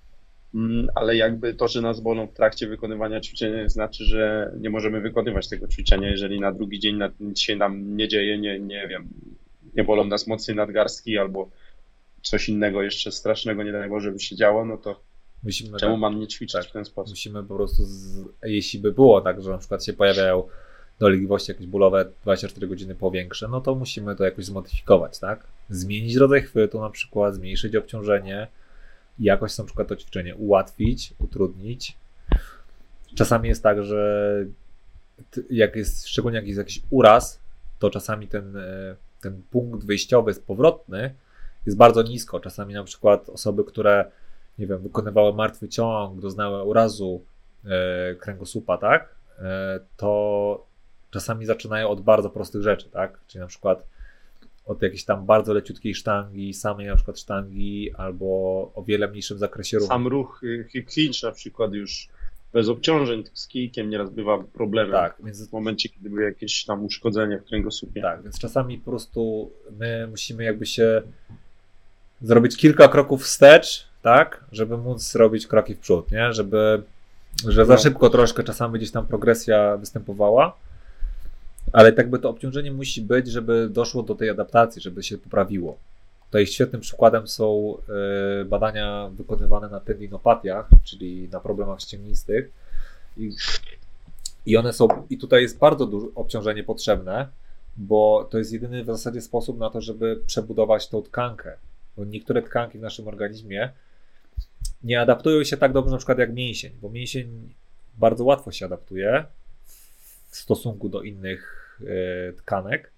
Ale jakby to, że nas bolą w trakcie wykonywania ćwiczenia, znaczy, że nie możemy wykonywać tego ćwiczenia, jeżeli na drugi dzień nic się nam nie dzieje, nie, nie wiem, nie bolą nas mocniej nadgarstki albo coś innego jeszcze strasznego, nie daj Boże, by się działo, no to Musimy czemu tak, mam nie ćwiczyć tak, w ten sposób? Musimy po prostu, z, jeśli by było tak, że na przykład się pojawiają dolegliwości jakieś bólowe dwadzieścia cztery godziny powiększe, no to musimy to jakoś zmodyfikować, tak? Zmienić rodzaj chwytu na przykład, zmniejszyć obciążenie i jakoś na przykład to ćwiczenie ułatwić, utrudnić. Czasami jest tak, że jak jest, szczególnie jak jest jakiś uraz, to czasami ten, ten punkt wyjściowy jest powrotny, jest bardzo nisko. Czasami na przykład osoby, które nie wiem, wykonywały martwy ciąg, doznały urazu e, kręgosłupa, tak, e, to czasami zaczynają od bardzo prostych rzeczy, tak, czyli na przykład od jakiejś tam bardzo leciutkiej sztangi, samej na przykład sztangi, albo o wiele mniejszym zakresie ruchu. Sam ruch hip hinge na przykład już bez obciążeń z kijkiem nieraz bywa problemem. Tak, więc w momencie, kiedy były jakieś tam uszkodzenia w kręgosłupie. Tak, więc czasami po prostu my musimy jakby się zrobić kilka kroków wstecz, tak, żeby móc robić kroki w przód, nie? Żeby, że za szybko troszkę czasami gdzieś tam progresja występowała, ale tak by to obciążenie musi być, żeby doszło do tej adaptacji, żeby się poprawiło. Tutaj świetnym przykładem są y, badania wykonywane na tendinopatiach, czyli na problemach ścięgnistych i, i one są, i tutaj jest bardzo duże obciążenie potrzebne, bo to jest jedyny w zasadzie sposób na to, żeby przebudować tą tkankę, bo niektóre tkanki w naszym organizmie nie adaptują się tak dobrze na przykład jak mięsień, bo mięsień bardzo łatwo się adaptuje w stosunku do innych y, tkanek,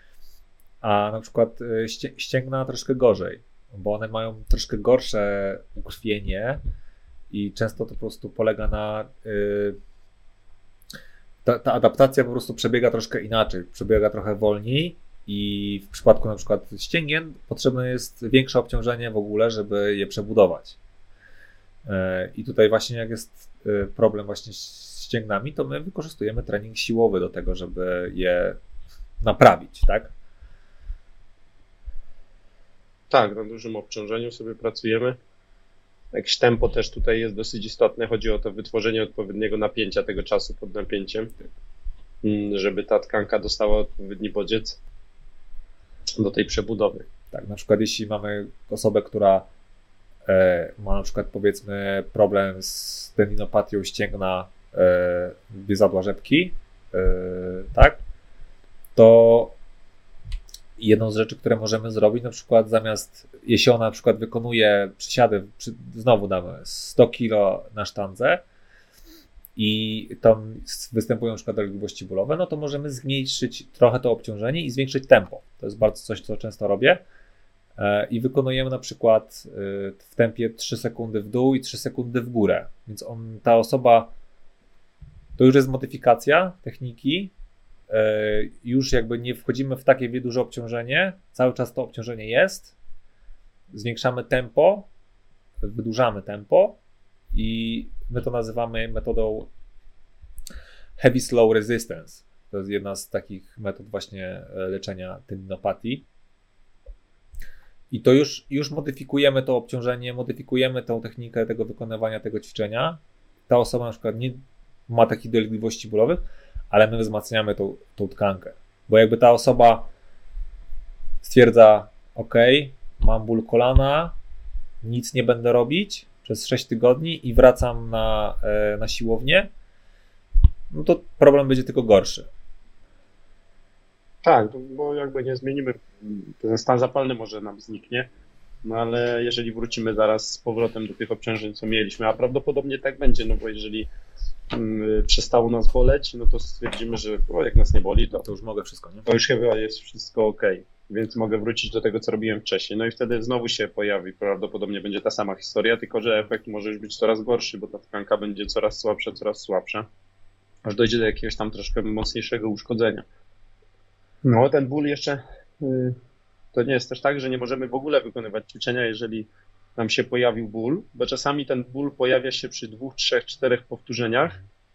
a na przykład y, ście, ścięgna troszkę gorzej, bo one mają troszkę gorsze ukrwienie i często to po prostu polega na y, ta, ta adaptacja po prostu przebiega troszkę inaczej, przebiega trochę wolniej i w przypadku na przykład ścięgien potrzebne jest większe obciążenie w ogóle, żeby je przebudować. I tutaj właśnie jak jest problem właśnie z ścięgnami, to my wykorzystujemy trening siłowy do tego, żeby je naprawić, tak? Tak, na dużym obciążeniu sobie pracujemy. Jakieś tempo też tutaj jest dosyć istotne. Chodzi o to wytworzenie odpowiedniego napięcia tego czasu pod napięciem, żeby ta tkanka dostała odpowiedni bodziec do tej przebudowy. Tak, na przykład jeśli mamy osobę, która e, ma na przykład powiedzmy problem z tendinopatią ścięgna e, biezadła rzepki, e, tak, to jedną z rzeczy, które możemy zrobić, na przykład zamiast, jeśli ona na przykład wykonuje przysiady, przy, znowu damy sto kilo na sztandze i tam występują na przykład dolegliwości bólowe, no to możemy zmniejszyć trochę to obciążenie i zwiększyć tempo. To jest bardzo coś, co często robię. I wykonujemy na przykład w tempie trzy sekundy w dół i trzy sekundy w górę. Więc on, ta osoba, to już jest modyfikacja techniki, już jakby nie wchodzimy w takie duże obciążenie, cały czas to obciążenie jest, zwiększamy tempo, wydłużamy tempo i my to nazywamy metodą heavy slow resistance. To jest jedna z takich metod właśnie leczenia tendinopatii. I to już, już modyfikujemy to obciążenie, modyfikujemy tą technikę tego wykonywania tego ćwiczenia. Ta osoba na przykład nie ma takich dolegliwości bólowych, ale my wzmacniamy tą, tą tkankę. Bo jakby ta osoba stwierdza, ok, mam ból kolana, nic nie będę robić przez sześć tygodni i wracam na, na siłownię, no to problem będzie tylko gorszy. Tak, bo jakby nie zmienimy, ten stan zapalny może nam zniknie, no ale jeżeli wrócimy zaraz z powrotem do tych obciążeń, co mieliśmy, a prawdopodobnie tak będzie, no bo jeżeli um, przestało nas boleć, no to stwierdzimy, że o, jak nas nie boli, to, to już mogę wszystko, nie? To już chyba jest wszystko ok, więc mogę wrócić do tego, co robiłem wcześniej. No i wtedy znowu się pojawi, prawdopodobnie będzie ta sama historia, tylko że efekt może już być coraz gorszy, bo ta tkanka będzie coraz słabsza, coraz słabsza, aż dojdzie do jakiegoś tam troszkę mocniejszego uszkodzenia. No, ten ból jeszcze, to nie jest też tak, że nie możemy w ogóle wykonywać ćwiczenia, jeżeli nam się pojawił ból, bo czasami ten ból pojawia się przy dwóch, trzech, czterech powtórzeniach,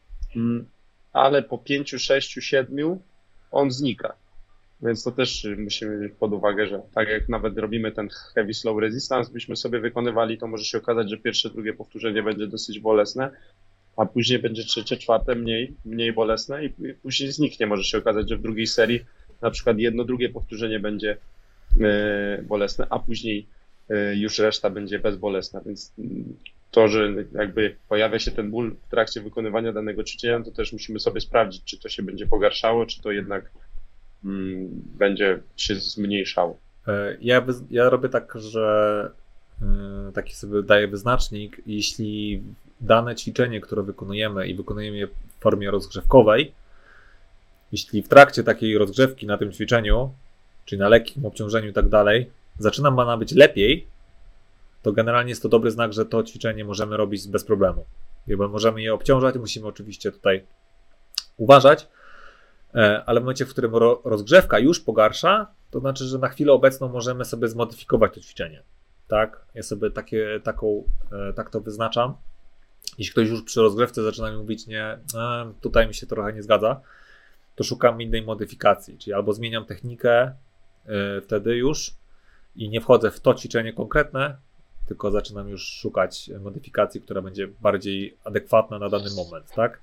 ale po pięciu, sześciu, siedmiu on znika. Więc to też musimy mieć pod uwagę, że tak jak nawet robimy ten heavy slow resistance, byśmy sobie wykonywali, to może się okazać, że pierwsze, drugie powtórzenie będzie dosyć bolesne, a później będzie trzecie, czwarte mniej, mniej bolesne i później zniknie. Może się okazać, że w drugiej serii na przykład jedno, drugie powtórzenie będzie bolesne, a później już reszta będzie bezbolesna, więc to, że jakby pojawia się ten ból w trakcie wykonywania danego ćwiczenia, to też musimy sobie sprawdzić, czy to się będzie pogarszało, czy to jednak mm, będzie się zmniejszało. Ja, ja robię tak, że taki sobie daję wyznacznik, jeśli dane ćwiczenie, które wykonujemy i wykonujemy je w formie rozgrzewkowej, jeśli w trakcie takiej rozgrzewki na tym ćwiczeniu, czyli na lekkim obciążeniu i tak dalej, zaczyna mana być lepiej, to generalnie jest to dobry znak, że to ćwiczenie możemy robić bez problemu. Jakby możemy je obciążać, musimy oczywiście tutaj uważać, ale w momencie, w którym rozgrzewka już pogarsza, to znaczy, że na chwilę obecną możemy sobie zmodyfikować to ćwiczenie. Tak? Ja sobie takie, taką, tak to wyznaczam. Jeśli ktoś już przy rozgrzewce zaczyna mi mówić, nie, tutaj mi się trochę nie zgadza, to szukam innej modyfikacji, czyli albo zmieniam technikę yy, wtedy już i nie wchodzę w to ćwiczenie konkretne, tylko zaczynam już szukać modyfikacji, która będzie bardziej adekwatna na dany moment, tak?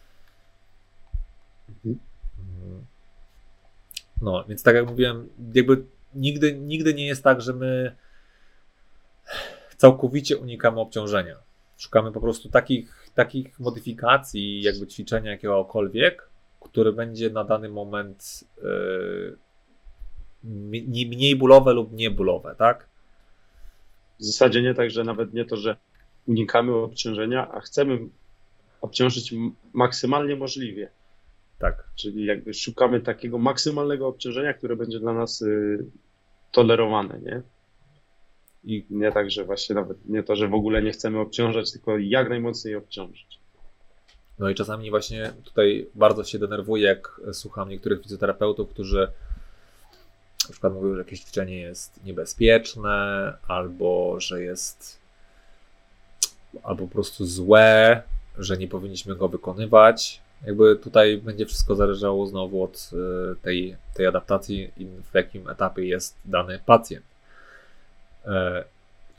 No, więc tak jak mówiłem, jakby nigdy, nigdy nie jest tak, że my całkowicie unikamy obciążenia. Szukamy po prostu takich, takich modyfikacji, jakby ćwiczenia jakiegokolwiek, który będzie na dany moment yy, mniej bólowe lub niebólowe, tak? W zasadzie nie tak, że nawet nie to, że unikamy obciążenia, a chcemy obciążyć maksymalnie możliwie. Tak. Czyli jakby szukamy takiego maksymalnego obciążenia, które będzie dla nas yy, tolerowane, nie? I nie tak, że właśnie nawet nie to, że w ogóle nie chcemy obciążać, tylko jak najmocniej obciążyć. No i czasami właśnie tutaj bardzo się denerwuję, jak słucham niektórych fizjoterapeutów, którzy na przykład mówią, że jakieś ćwiczenie jest niebezpieczne, albo że jest albo po prostu złe, że nie powinniśmy go wykonywać. Jakby tutaj będzie wszystko zależało znowu od tej, tej adaptacji i w jakim etapie jest dany pacjent.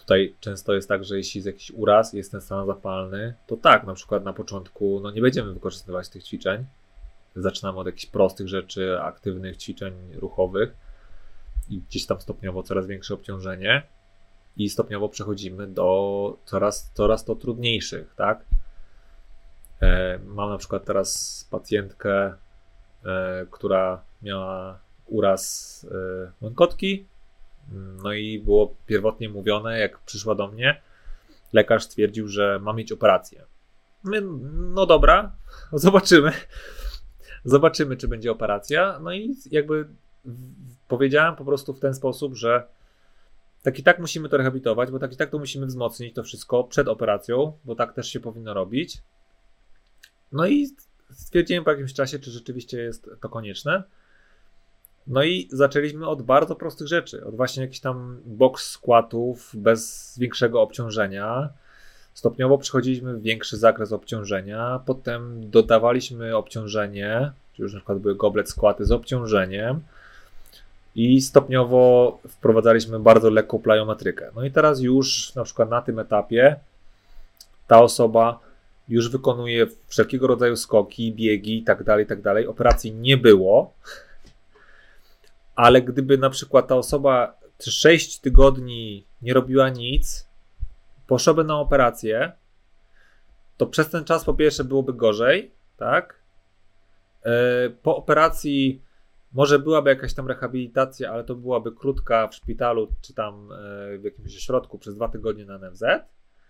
tutaj często jest tak, że jeśli jest jakiś uraz, jest ten stan zapalny, to tak, na przykład na początku no nie będziemy wykorzystywać tych ćwiczeń. Zaczynamy od jakichś prostych rzeczy, aktywnych ćwiczeń ruchowych i gdzieś tam stopniowo coraz większe obciążenie i stopniowo przechodzimy do coraz, coraz to trudniejszych, tak? E, mam na przykład teraz pacjentkę, e, która miała uraz e, łąkotki, no i było pierwotnie mówione, jak przyszła do mnie, lekarz stwierdził, że ma mieć operację. My, no dobra, zobaczymy. Zobaczymy, czy będzie operacja. No i jakby powiedziałem po prostu w ten sposób, że tak i tak musimy to rehabilitować, bo tak i tak to musimy wzmocnić to wszystko przed operacją, bo tak też się powinno robić. No i stwierdziłem po jakimś czasie, czy rzeczywiście jest to konieczne. No i zaczęliśmy od bardzo prostych rzeczy, od właśnie jakichś tam box squatów bez większego obciążenia. Stopniowo przechodziliśmy w większy zakres obciążenia, potem dodawaliśmy obciążenie, czy już na przykład były goblet squaty z obciążeniem i stopniowo wprowadzaliśmy bardzo lekką plyometrykę. No i teraz już na przykład na tym etapie ta osoba już wykonuje wszelkiego rodzaju skoki, biegi i tak dalej, i tak dalej. Operacji nie było, ale gdyby na przykład ta osoba sześć tygodni nie robiła nic, poszłaby na operację, to przez ten czas po pierwsze byłoby gorzej, tak? Po operacji może byłaby jakaś tam rehabilitacja, ale to byłaby krótka w szpitalu, czy tam w jakimś ośrodku przez dwa tygodnie na N F Z.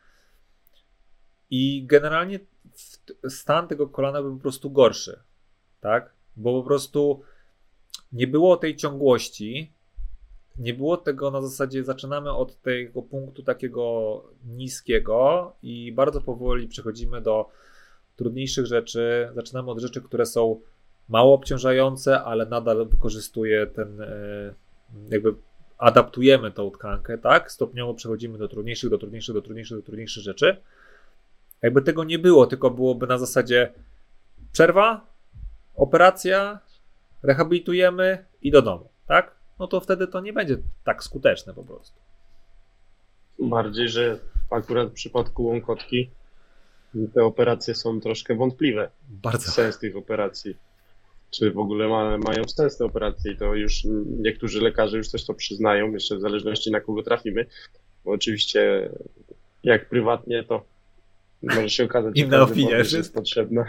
I generalnie stan tego kolana był po prostu gorszy, tak? Bo po prostu nie było tej ciągłości, nie było tego na zasadzie zaczynamy od tego punktu takiego niskiego i bardzo powoli przechodzimy do trudniejszych rzeczy. Zaczynamy od rzeczy, które są mało obciążające, ale nadal wykorzystuje ten, jakby adaptujemy tą tkankę, tak? Stopniowo przechodzimy do trudniejszych, do trudniejszych, do trudniejszych, do trudniejszych rzeczy. Jakby tego nie było, tylko byłoby na zasadzie przerwa, operacja, rehabilitujemy i do domu, tak? No to wtedy to nie będzie tak skuteczne po prostu. Bardziej, że akurat w przypadku łąkotki te operacje są troszkę wątpliwe. Bardzo. Sens tych operacji. Czy w ogóle ma, mają sens te operacje i to już niektórzy lekarze już też to przyznają, jeszcze w zależności na kogo trafimy, bo oczywiście jak prywatnie to może się okazać, że inna opinia jest, jest potrzebna.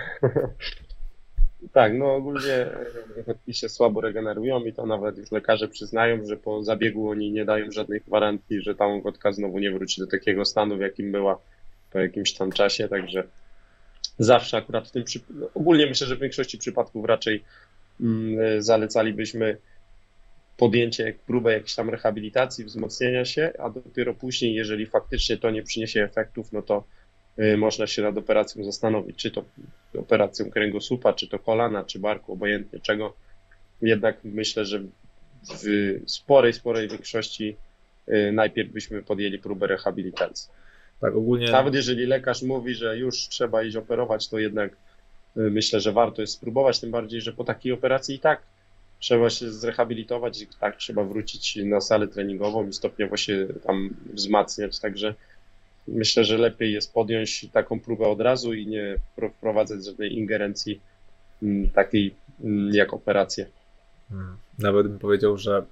Tak, no ogólnie łąkotki się słabo regenerują i to nawet już lekarze przyznają, że po zabiegu oni nie dają żadnej gwarancji, że ta łąkotka znowu nie wróci do takiego stanu, w jakim była po jakimś tam czasie, także zawsze akurat w tym przypadku, ogólnie myślę, że w większości przypadków raczej mm, zalecalibyśmy podjęcie, próbę jakiejś tam rehabilitacji, wzmocnienia się, a dopiero później, jeżeli faktycznie to nie przyniesie efektów, no to y, można się nad operacją zastanowić, czy to operacją kręgosłupa, czy to kolana, czy barku, obojętnie czego. Jednak myślę, że w sporej, sporej większości y, najpierw byśmy podjęli próbę rehabilitacji. Tak, ogólnie... Nawet jeżeli lekarz mówi, że już trzeba iść operować, to jednak myślę, że warto jest spróbować, tym bardziej, że po takiej operacji i tak trzeba się zrehabilitować i tak trzeba wrócić na salę treningową i stopniowo się tam wzmacniać, także myślę, że lepiej jest podjąć taką próbę od razu i nie wprowadzać żadnej ingerencji takiej jak operacja. Nawet bym powiedział, że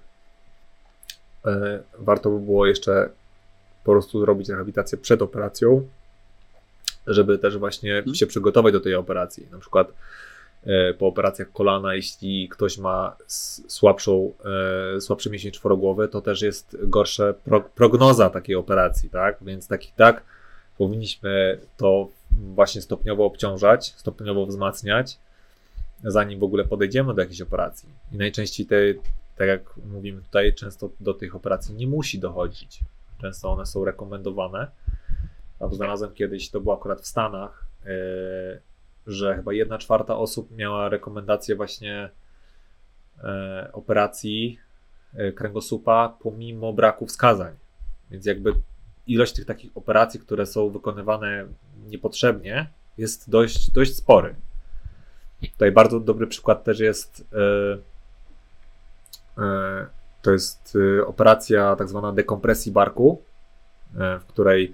warto by było jeszcze po prostu zrobić rehabilitację przed operacją, żeby też właśnie hmm. się przygotować do tej operacji. Na przykład e, po operacjach kolana, jeśli ktoś ma słabszą, e, słabszy mięsień czworogłowy, to też jest gorsza pro, prognoza takiej operacji, tak? Więc tak i tak powinniśmy to właśnie stopniowo obciążać, stopniowo wzmacniać, zanim w ogóle podejdziemy do jakiejś operacji. I najczęściej te, tak jak mówimy tutaj, często do tych operacji nie musi dochodzić. Często one są rekomendowane. Tam znalazłem kiedyś, to było akurat w Stanach, yy, że chyba jedna czwarta osób miała rekomendację właśnie yy, operacji yy, kręgosłupa pomimo braku wskazań. Więc jakby ilość tych takich operacji, które są wykonywane niepotrzebnie, jest dość, dość spory. Tutaj bardzo dobry przykład też jest yy, yy, to jest operacja tak zwana dekompresji barku. w której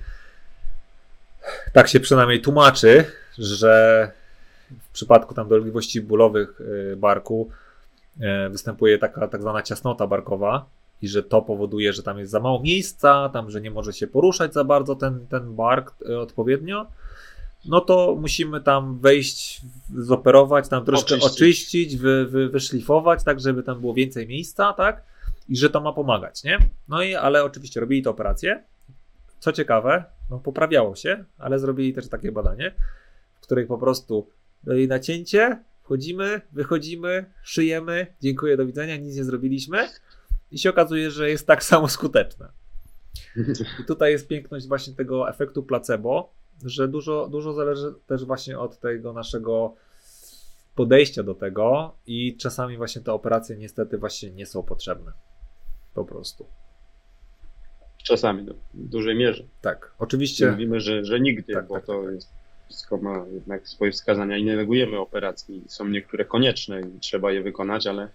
tak się przynajmniej tłumaczy, że w przypadku tam dolegliwości bólowych barku występuje taka tak zwana ciasnota barkowa i że to powoduje, że tam jest za mało miejsca, tam, że nie może się poruszać za bardzo ten, ten bark odpowiednio, no to musimy tam wejść, zoperować, tam troszkę oczyścić, oczyścić wy, wy, wyszlifować, tak żeby tam było więcej miejsca, tak? I że to ma pomagać, nie? No i, ale oczywiście robili tę operację. Co ciekawe, no poprawiało się, ale zrobili też takie badanie, w której po prostu dali nacięcie, wchodzimy, wychodzimy, szyjemy, dziękuję, do widzenia, nic nie zrobiliśmy i się okazuje, że jest tak samo skuteczne. I tutaj jest piękność właśnie tego efektu placebo, że dużo, dużo zależy też właśnie od tego naszego podejścia do tego i czasami właśnie te operacje niestety właśnie nie są potrzebne. Po prostu. Czasami, no, w dużej mierze. Tak, oczywiście. Mówimy, że, że nigdy, tak, bo tak, to tak. Jest, wszystko ma jednak swoje wskazania i nie negujemy operacji. Są niektóre konieczne i trzeba je wykonać, ale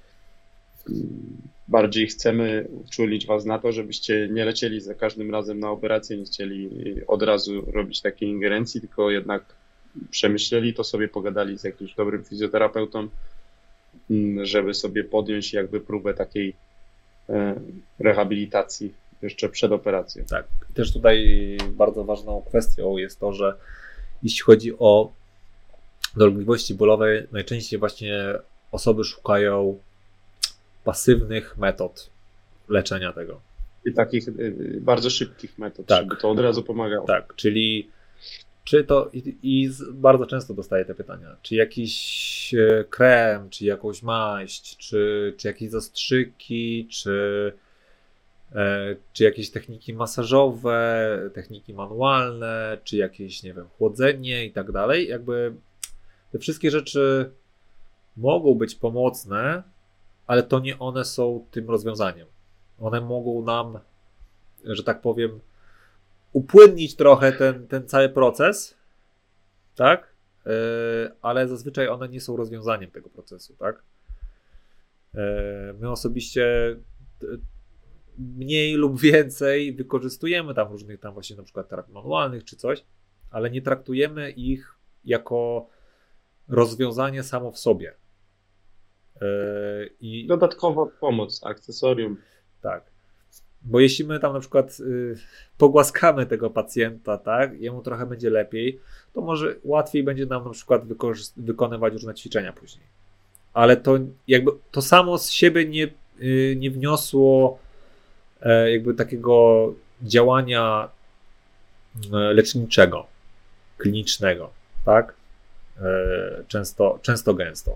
bardziej chcemy uczulić was na to, żebyście nie lecieli za każdym razem na operację, nie chcieli od razu robić takiej ingerencji, tylko jednak przemyśleli to sobie, pogadali z jakimś dobrym fizjoterapeutą, żeby sobie podjąć jakby próbę takiej rehabilitacji jeszcze przed operacją. Tak. I też tutaj bardzo ważną kwestią jest to, że jeśli chodzi o dolegliwości bólowe, najczęściej właśnie osoby szukają pasywnych metod leczenia tego. I takich bardzo szybkich metod, tak, żeby to od razu pomagało. Tak, czyli czy to i, i z, bardzo często dostaję te pytania, czy jakiś krem, czy jakąś maść, czy, czy jakieś zastrzyki, czy, e, czy jakieś techniki masażowe, techniki manualne, czy jakieś, nie wiem, chłodzenie i tak dalej. Jakby te wszystkie rzeczy mogą być pomocne, ale to nie one są tym rozwiązaniem. One mogą nam, że tak powiem, upłynnić trochę ten, ten cały proces, tak? Yy, ale zazwyczaj one nie są rozwiązaniem tego procesu, tak? Yy, my osobiście mniej lub więcej wykorzystujemy tam różnych tam właśnie na przykład terapii manualnych czy coś, ale nie traktujemy ich jako rozwiązanie samo w sobie. I dodatkowa pomoc, akcesorium. Tak. Bo jeśli my tam na przykład y, pogłaskamy tego pacjenta, tak, jemu trochę będzie lepiej, to może łatwiej będzie nam na przykład wykorzy- wykonywać różne ćwiczenia później. Ale to jakby to samo z siebie nie, y, nie wniosło y, jakby takiego działania y, leczniczego, klinicznego, tak? Y, często, często gęsto.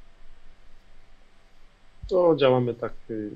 To działamy tak y,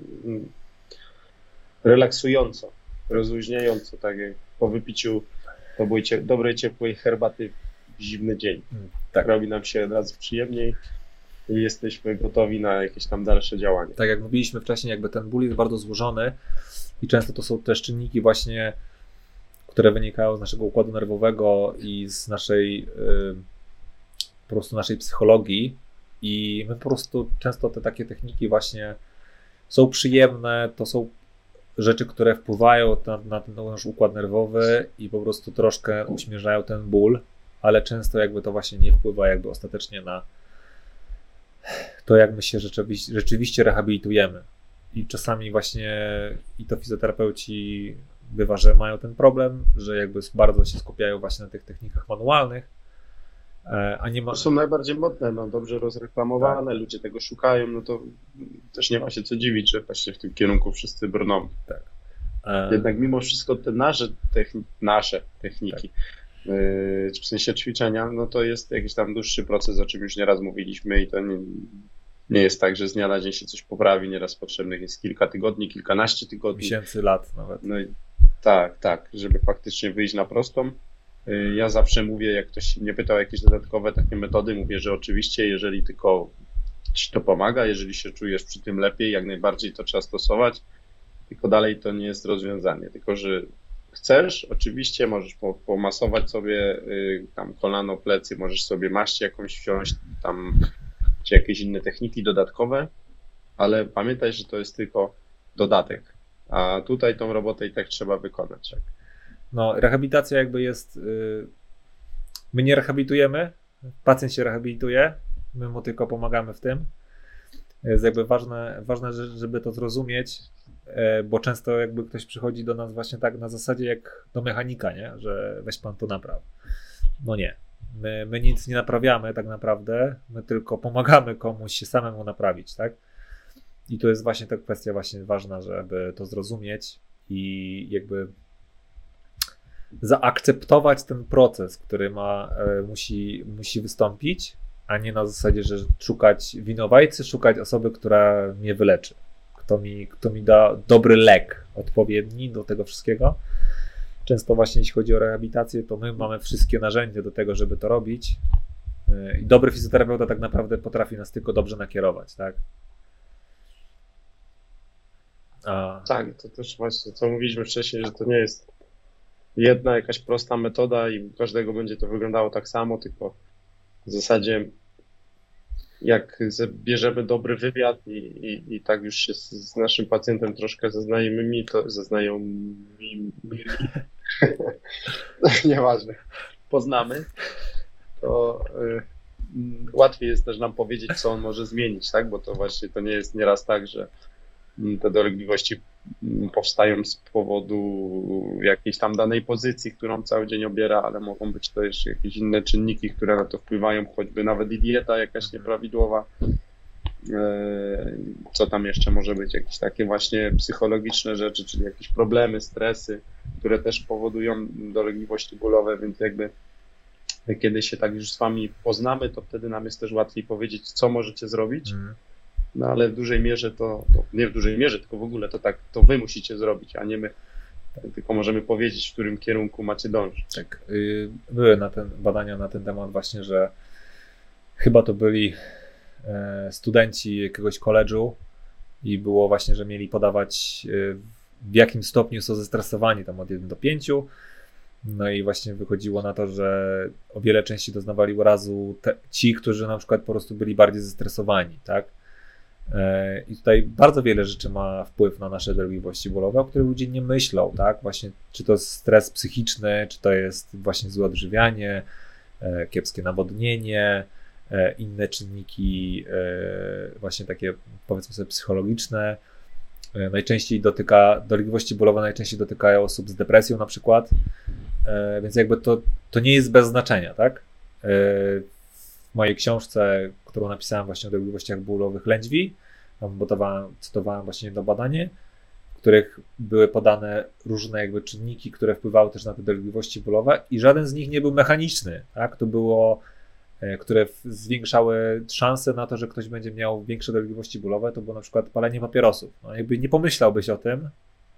relaksująco, rozluźniająco, tak jak po wypiciu dobrej, dobrej, ciepłej herbaty w zimny dzień. Tak. Robi nam się od razu przyjemniej i jesteśmy gotowi na jakieś tam dalsze działanie. Tak jak mówiliśmy wcześniej, jakby ten ból jest bardzo złożony i często to są też czynniki właśnie, które wynikają z naszego układu nerwowego i z naszej yy, po prostu naszej psychologii. I my po prostu często te takie techniki właśnie są przyjemne, to są rzeczy, które wpływają na, na ten nasz układ nerwowy i po prostu troszkę uśmierzają ten ból, ale często jakby to właśnie nie wpływa jakby ostatecznie na to, jak my się rzeczywiście, rzeczywiście rehabilitujemy. I czasami właśnie i to fizjoterapeuci bywa, że mają ten problem, że jakby bardzo się skupiają właśnie na tych technikach manualnych, a nie ma... To są najbardziej modne, no, dobrze rozreklamowane, tak. Ludzie tego szukają, no to też nie ma się co dziwić, że właśnie w tym kierunku wszyscy brną. Tak. Jednak mimo wszystko te nasze, techni- nasze techniki, tak. yy, w sensie ćwiczenia, no to jest jakiś tam dłuższy proces, o czym już nieraz mówiliśmy i to nie, nie jest tak, że z dnia na dzień się coś poprawi, nieraz potrzebnych jest kilka tygodni, kilkanaście tygodni. Miesięcy, lat nawet. No i tak, tak, żeby faktycznie wyjść na prostą. Ja zawsze mówię, jak ktoś mnie pytał o jakieś dodatkowe takie metody, mówię, że oczywiście, jeżeli tylko ci to pomaga, jeżeli się czujesz przy tym lepiej, jak najbardziej to trzeba stosować, tylko dalej to nie jest rozwiązanie, tylko że chcesz, oczywiście możesz pomasować sobie tam kolano, plecy, możesz sobie maść jakąś wziąć tam, czy jakieś inne techniki dodatkowe, ale pamiętaj, że to jest tylko dodatek, a tutaj tą robotę i tak trzeba wykonać. no, rehabilitacja jakby jest, yy, my nie rehabilitujemy, pacjent się rehabilituje, my mu tylko pomagamy w tym. Jest jakby ważne, ważne, żeby to zrozumieć, bo często jakby ktoś przychodzi do nas właśnie tak na zasadzie jak do mechanika, nie? Że weź pan to napraw. No nie. My, my nic nie naprawiamy tak naprawdę, my tylko pomagamy komuś się samemu naprawić, tak? I to jest właśnie ta kwestia właśnie ważna, żeby to zrozumieć i jakby zaakceptować ten proces, który ma, musi, musi wystąpić, a nie na zasadzie, że szukać winowajcy, szukać osoby, która mnie wyleczy. Kto mi, kto mi da dobry lek odpowiedni do tego wszystkiego. Często właśnie jeśli chodzi o rehabilitację, to my mamy wszystkie narzędzia do tego, żeby to robić. I dobry fizjoterapeuta tak naprawdę potrafi nas tylko dobrze nakierować, tak? A... Tak, to też właśnie, co mówiliśmy wcześniej, że to nie jest jedna jakaś prosta metoda i u każdego będzie to wyglądało tak samo, tylko w zasadzie jak bierzemy dobry wywiad i, i, i tak już się z, z naszym pacjentem troszkę zaznajomymi, to zaznajomili, nieważne, poznamy, to y, łatwiej jest też nam powiedzieć, co on może zmienić, tak? Bo to właśnie to nie jest nieraz tak, że te dolegliwości powstają z powodu jakiejś tam danej pozycji, którą cały dzień obiera, ale mogą być też jakieś inne czynniki, które na to wpływają, choćby nawet i dieta jakaś nieprawidłowa. Co tam jeszcze może być? Jakieś takie właśnie psychologiczne rzeczy, czyli jakieś problemy, stresy, które też powodują dolegliwości bólowe, więc jakby kiedy się tak już z wami poznamy, to wtedy nam jest też łatwiej powiedzieć, co możecie zrobić. Mm. No ale w dużej mierze to, to, nie w dużej mierze, tylko w ogóle to tak, to wy musicie zrobić, a nie my, tylko możemy powiedzieć, w którym kierunku macie dążyć. Tak, yy, były na ten, badania na ten temat właśnie, że chyba to byli e, studenci jakiegoś koledżu i było właśnie, że mieli podawać e, w jakim stopniu są zestresowani, tam od jeden do pięciu. No i właśnie wychodziło na to, że o wiele częściej doznawali urazu te, ci, którzy na przykład po prostu byli bardziej zestresowani, tak? I tutaj bardzo wiele rzeczy ma wpływ na nasze dolegliwości bólowe, o których ludzie nie myślą, tak? Właśnie czy to jest stres psychiczny, czy to jest właśnie złe odżywianie, kiepskie nawodnienie, inne czynniki właśnie takie, powiedzmy sobie, psychologiczne. Najczęściej dotyka, dolegliwości bólowe najczęściej dotykają osób z depresją na przykład, więc jakby to, to nie jest bez znaczenia, tak? W mojej książce, którą napisałem właśnie o dolegliwościach bólowych lędźwi, tam cytowałem, cytowałem właśnie jedno badanie, w których były podane różne jakby czynniki, które wpływały też na te dolegliwości bólowe i żaden z nich nie był mechaniczny, tak? To było, które zwiększały szanse na to, że ktoś będzie miał większe dolegliwości bólowe, to było na przykład palenie papierosów. No jakby nie pomyślałbyś o tym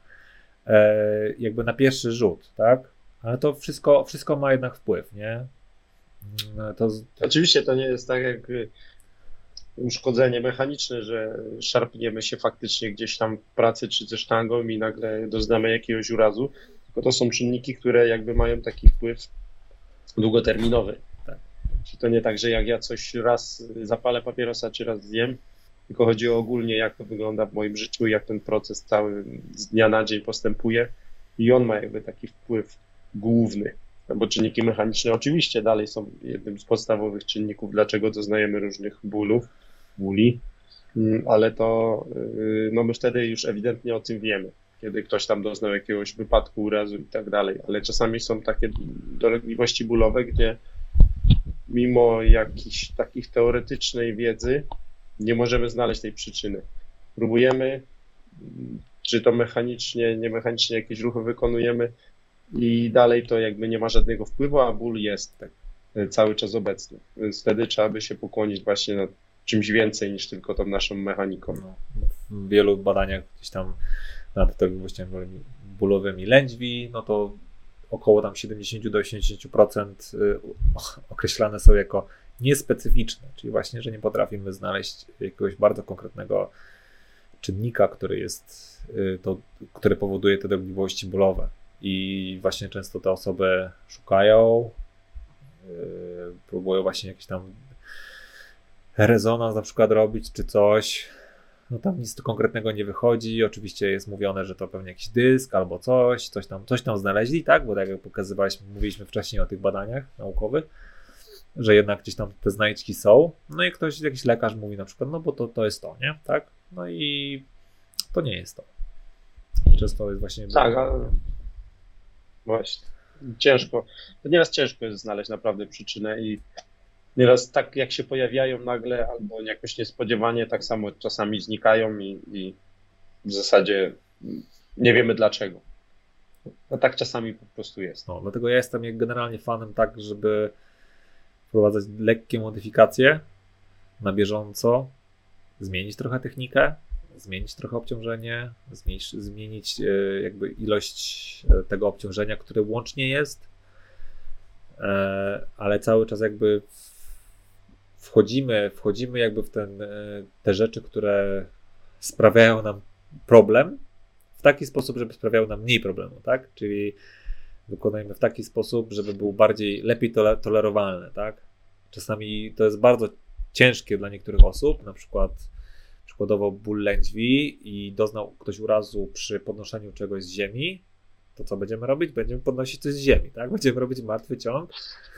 jakby na pierwszy rzut, tak? Ale to wszystko, wszystko ma jednak wpływ, nie? To... Oczywiście to nie jest tak jak uszkodzenie mechaniczne, że szarpniemy się faktycznie gdzieś tam w pracy czy ze sztangą i nagle doznamy jakiegoś urazu, tylko to są czynniki, które jakby mają taki wpływ długoterminowy. Tak. To nie tak, że jak ja coś raz zapalę papierosa czy raz zjem, tylko chodzi o ogólnie jak to wygląda w moim życiu, jak ten proces cały z dnia na dzień postępuje i on ma jakby taki wpływ główny. Bo czynniki mechaniczne oczywiście dalej są jednym z podstawowych czynników, dlaczego doznajemy różnych bólów, bóli, ale to no my wtedy już ewidentnie o tym wiemy, kiedy ktoś tam doznał jakiegoś wypadku, urazu i tak dalej, ale czasami są takie dolegliwości bólowe, gdzie mimo jakichś takich teoretycznej wiedzy nie możemy znaleźć tej przyczyny. Próbujemy, czy to mechanicznie, niemechanicznie jakieś ruchy wykonujemy, i dalej to jakby nie ma żadnego wpływu, a ból jest tak cały czas obecny. Więc wtedy trzeba by się pokłonić właśnie nad czymś więcej niż tylko tą naszą mechaniką. No, w wielu badaniach gdzieś tam nad dolegliwościami bólowymi lędźwi, no to około tam siedemdziesiąt do osiemdziesięciu procent określane są jako niespecyficzne, czyli właśnie, że nie potrafimy znaleźć jakiegoś bardzo konkretnego czynnika, który jest to, który powoduje te dolegliwości bólowe. I właśnie często te osoby szukają, yy, próbują właśnie jakiś tam rezonans na przykład robić czy coś, no tam nic konkretnego nie wychodzi, oczywiście jest mówione, że to pewnie jakiś dysk albo coś, coś tam, coś tam znaleźli, tak, bo tak jak pokazywaliśmy, mówiliśmy wcześniej o tych badaniach naukowych, że jednak gdzieś tam te znajdźki są, no i ktoś, jakiś lekarz mówi na przykład, no bo to, to jest to, nie, tak, no i to nie jest to. Często jest właśnie... Tak, ale właśnie, ciężko, to nieraz ciężko jest znaleźć naprawdę przyczynę i nieraz tak jak się pojawiają nagle albo jakoś niespodziewanie, tak samo czasami znikają i, i w zasadzie nie wiemy dlaczego. No tak czasami po prostu jest. No, dlatego ja jestem generalnie fanem tak, żeby wprowadzać lekkie modyfikacje na bieżąco, zmienić trochę technikę, zmienić trochę obciążenie, zmienić, zmienić jakby ilość tego obciążenia, które łącznie jest, ale cały czas jakby wchodzimy, wchodzimy jakby w ten, te rzeczy, które sprawiają nam problem, w taki sposób, żeby sprawiały nam mniej problemu, tak? Czyli wykonujemy w taki sposób, żeby był bardziej, lepiej tolerowalny, tak? Czasami to jest bardzo ciężkie dla niektórych osób, na przykład przykładowo ból lędźwi i doznał ktoś urazu przy podnoszeniu czegoś z ziemi, to co będziemy robić? Będziemy podnosić coś z ziemi, tak? Będziemy robić martwy ciąg.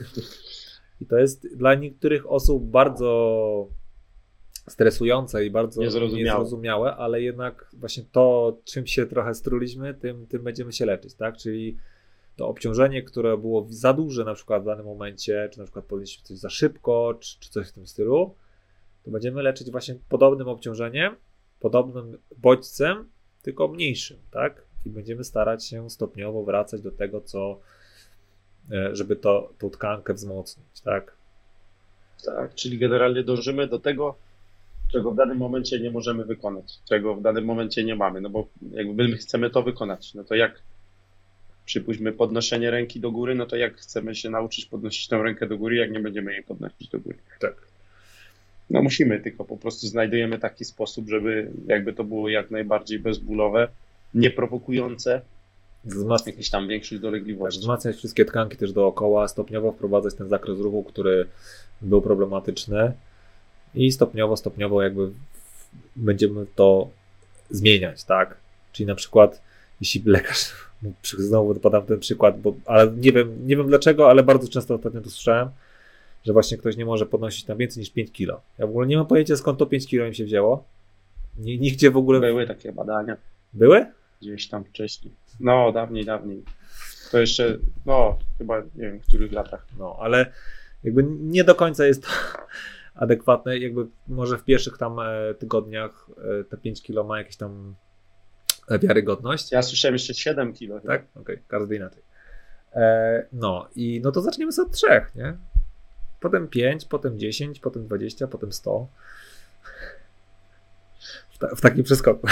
I to jest dla niektórych osób bardzo stresujące i bardzo niezrozumiałe. niezrozumiałe, ale jednak właśnie to, czym się trochę struliśmy, tym, tym będziemy się leczyć, tak? Czyli to obciążenie, które było za duże na przykład w danym momencie, czy na przykład podnieśliśmy coś za szybko, czy, czy coś w tym stylu, to będziemy leczyć właśnie podobnym obciążeniem, podobnym bodźcem, tylko mniejszym, tak? I będziemy starać się stopniowo wracać do tego, co, żeby to, tą tkankę wzmocnić, tak? Tak, czyli generalnie dążymy do tego, czego w danym momencie nie możemy wykonać, czego w danym momencie nie mamy, no bo jakby my chcemy to wykonać, no to jak przypuśćmy podnoszenie ręki do góry, no to jak chcemy się nauczyć podnosić tę rękę do góry, jak nie będziemy jej podnosić do góry. Tak. No musimy, tylko po prostu znajdujemy taki sposób, żeby jakby to było jak najbardziej bezbólowe, nieprowokujące Wzmacniać jakichś tam większych dolegliwości. Wzmacniać wszystkie tkanki też dookoła, stopniowo wprowadzać ten zakres ruchu, który był problematyczny i stopniowo, stopniowo jakby będziemy to zmieniać, tak? Czyli na przykład jeśli lekarz, znowu podam ten przykład, bo, ale nie wiem, nie wiem dlaczego, ale bardzo często ostatnio to słyszałem, że właśnie ktoś nie może podnosić tam więcej niż pięć kilo. Ja w ogóle nie mam pojęcia, skąd to pięć kilo im się wzięło. Nie, nigdzie w ogóle... Były takie badania. Były? Gdzieś tam wcześniej. No, dawniej, dawniej. To jeszcze, no, chyba nie wiem, w których latach. No, ale jakby nie do końca jest to adekwatne. Jakby może w pierwszych tam tygodniach te pięć kilo ma jakieś tam wiarygodność. Ja słyszałem jeszcze siedem kilo. Tak? Okej, okay. Każdy inaczej. E, no i no to zaczniemy sobie od trzech, nie? Potem pięć, potem dziesięć, potem dwadzieścia, potem sto. W, ta, w takim przeskoku.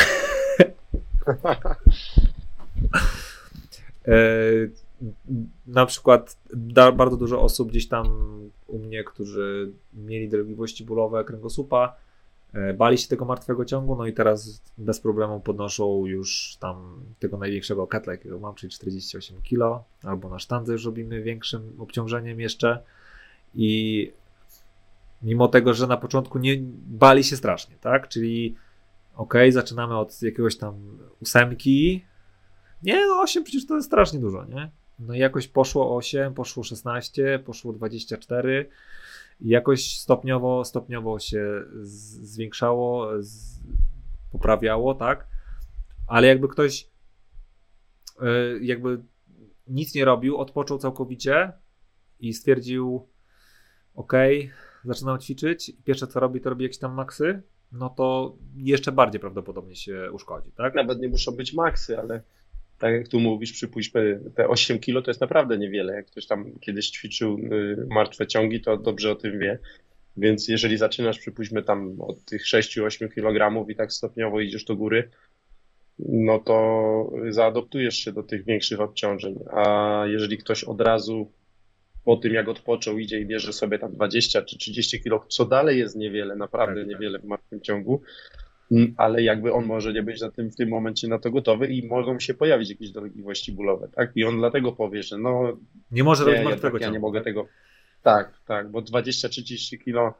e, na przykład da, bardzo dużo osób gdzieś tam u mnie, którzy mieli dolegliwości bólowe kręgosłupa, e, bali się tego martwego ciągu, no i teraz bez problemu podnoszą już tam tego największego ketla, jakiego mam, czyli czterdzieści osiem kilo, albo na sztandze już robimy większym obciążeniem jeszcze. I mimo tego, że na początku nie bali się strasznie, tak? Czyli okej, okay, zaczynamy od jakiegoś tam ósemki. Nie, no osiem przecież to jest strasznie dużo, nie? No i jakoś poszło osiem, poszło szesnaście, poszło dwadzieścia cztery i jakoś stopniowo, stopniowo się z- zwiększało, z- poprawiało, tak? Ale jakby ktoś yy, jakby nic nie robił, odpoczął całkowicie i stwierdził okej, okay, zaczynam ćwiczyć i pierwsze co robi, to robi jakieś tam maksy, no to jeszcze bardziej prawdopodobnie się uszkodzi, tak? Nawet nie muszą być maksy, ale tak jak tu mówisz, przypuśćmy, te osiem kilo to jest naprawdę niewiele. Jak ktoś tam kiedyś ćwiczył y, martwe ciągi, to dobrze o tym wie. Więc jeżeli zaczynasz, przypuśćmy tam od tych sześć osiem kilogramów i tak stopniowo idziesz do góry, no to zaadoptujesz się do tych większych obciążeń. A jeżeli ktoś od razu po tym jak odpoczął idzie i bierze sobie tam dwadzieścia czy trzydzieści kilo, co dalej jest niewiele, naprawdę tak, niewiele w martwym ciągu, ale jakby on może nie być na tym, w tym momencie na to gotowy i mogą się pojawić jakieś dolegliwości bólowe, tak? I on dlatego powie, że no... Nie może robić nie, martwego ja, ciągu. Ja nie mogę tego... Tak, tak, bo dwadzieścia trzydzieści kilo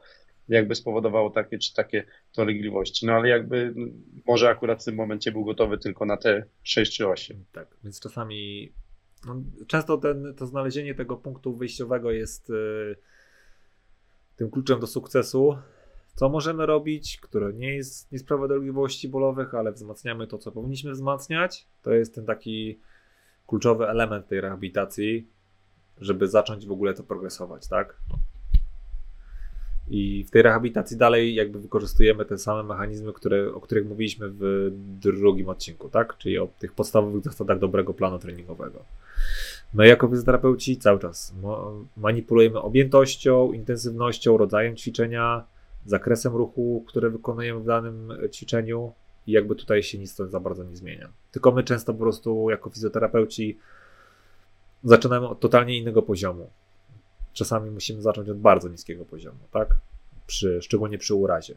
jakby spowodowało takie czy takie dolegliwości. No ale jakby może akurat w tym momencie był gotowy tylko na te sześć czy osiem. Tak, więc czasami no, często ten, to znalezienie tego punktu wyjściowego jest y, tym kluczem do sukcesu. Co możemy robić, które nie jest, nie sprawia dolegliwości bólowych, ale wzmacniamy to, co powinniśmy wzmacniać. To jest ten taki kluczowy element tej rehabilitacji, żeby zacząć w ogóle to progresować, tak? I w tej rehabilitacji dalej jakby wykorzystujemy te same mechanizmy, które, o których mówiliśmy w drugim odcinku, tak? Czyli o tych podstawowych zasadach dobrego planu treningowego. My jako fizjoterapeuci cały czas manipulujemy objętością, intensywnością, rodzajem ćwiczenia, zakresem ruchu, które wykonujemy w danym ćwiczeniu i jakby tutaj się nic za bardzo nie zmienia. Tylko my często po prostu jako fizjoterapeuci zaczynamy od totalnie innego poziomu. Czasami musimy zacząć od bardzo niskiego poziomu, tak? Przy, szczególnie przy urazie.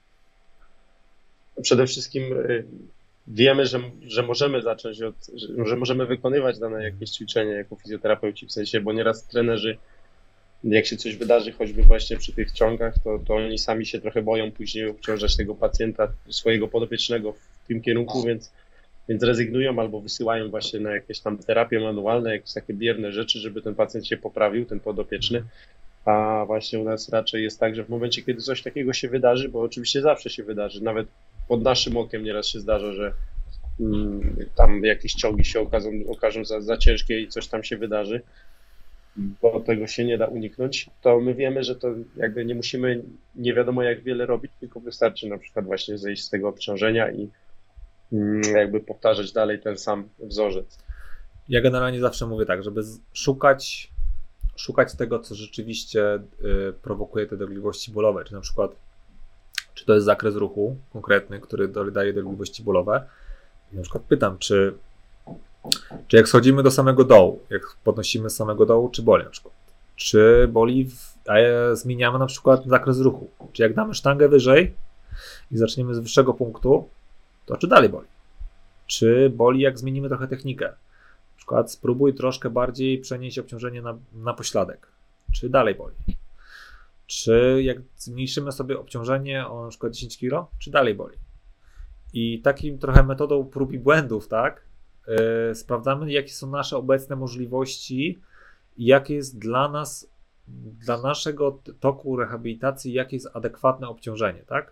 Przede wszystkim wiemy, że, że możemy zacząć od, że, że możemy wykonywać dane jakieś ćwiczenie jako fizjoterapeuci, w sensie, bo nieraz trenerzy, jak się coś wydarzy, choćby właśnie przy tych ciągach, to, to oni sami się trochę boją później obciążać tego pacjenta, swojego podopiecznego w tym kierunku, więc, więc rezygnują albo wysyłają właśnie na jakieś tam terapie manualne, jakieś takie bierne rzeczy, żeby ten pacjent się poprawił, ten podopieczny. A właśnie u nas raczej jest tak, że w momencie, kiedy coś takiego się wydarzy, bo oczywiście zawsze się wydarzy, nawet pod naszym okiem nieraz się zdarza, że mm, tam jakieś ciągi się okażą, okażą za, za ciężkie i coś tam się wydarzy, bo tego się nie da uniknąć, to my wiemy, że to jakby nie musimy nie wiadomo jak wiele robić, tylko wystarczy na przykład właśnie zejść z tego obciążenia i mm, jakby powtarzać dalej ten sam wzorzec. Ja generalnie zawsze mówię tak, żeby szukać szukać tego, co rzeczywiście y, prowokuje te dolegliwości bólowe, czy na przykład czy to jest zakres ruchu konkretny, który daje dolegliwości bólowe. I na przykład pytam, czy, czy jak schodzimy do samego dołu, jak podnosimy z samego dołu, czy boli na przykład? Czy boli, w, a zmieniamy na przykład zakres ruchu? Czy jak damy sztangę wyżej i zaczniemy z wyższego punktu, to czy dalej boli? Czy boli, jak zmienimy trochę technikę? Na przykład spróbuj troszkę bardziej przenieść obciążenie na, na pośladek. Czy dalej boli? Czy jak zmniejszymy sobie obciążenie o na przykład dziesięć kilo, czy dalej boli? I takim trochę metodą prób i błędów, tak, yy, sprawdzamy, jakie są nasze obecne możliwości i jakie jest dla nas, dla naszego toku rehabilitacji, jakie jest adekwatne obciążenie, tak?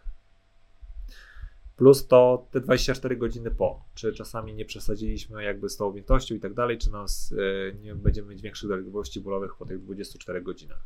Plus to te dwadzieścia cztery godziny po, czy czasami nie przesadziliśmy jakby z tą objętością i tak dalej, czy nas yy, nie będziemy mieć większych dolegliwości bólowych po tych dwudziestu czterech godzinach.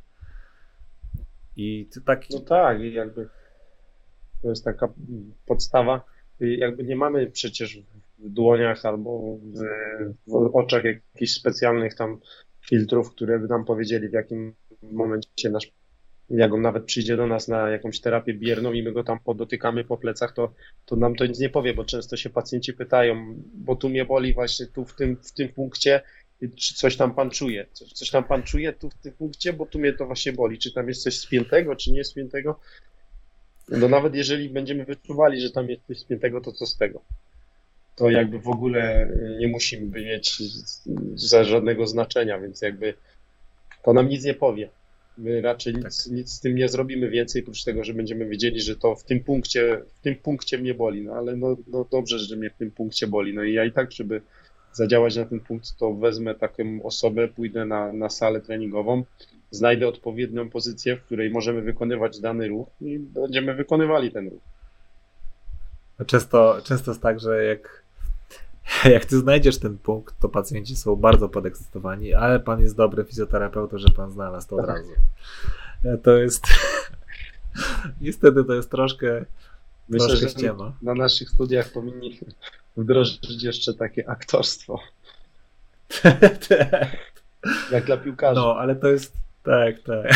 I taki... No tak, i jakby to jest taka podstawa. Jakby nie mamy przecież w dłoniach albo w, w oczach jakichś specjalnych tam filtrów, które by nam powiedzieli, w jakim momencie nasz, jak on nawet przyjdzie do nas na jakąś terapię bierną i my go tam podotykamy po plecach, to, to nam to nic nie powie, bo często się pacjenci pytają, bo tu mnie boli właśnie tu w tym, w tym punkcie, czy coś tam pan czuje, coś, coś tam pan czuje tu w tym punkcie, bo tu mnie to właśnie boli, czy tam jest coś spiętego, czy nie spiętego. No nawet jeżeli będziemy wyczuwali, że tam jest coś spiętego, to co z tego? To jakby w ogóle nie musimy mieć za żadnego znaczenia, więc jakby to nam nic nie powie. My raczej nic, tak. nic z tym nie zrobimy więcej, oprócz tego, że będziemy wiedzieli, że to w tym punkcie, w tym punkcie mnie boli, no ale no, no dobrze, że mnie w tym punkcie boli. No i ja i tak, żeby zadziałać na ten punkt, to wezmę taką osobę, pójdę na, na salę treningową, znajdę odpowiednią pozycję, w której możemy wykonywać dany ruch i będziemy wykonywali ten ruch. Często, często jest tak, że jak, jak ty znajdziesz ten punkt, to pacjenci są bardzo podekscytowani, ale pan jest dobry fizjoterapeutą, że pan znalazł to od razu. To jest niestety to jest troszkę Myślę, troszkę że ściema. Na naszych studiach powinniśmy wdrożyć jeszcze takie aktorstwo. Jak dla piłkarzy. No, ale to jest tak, tak.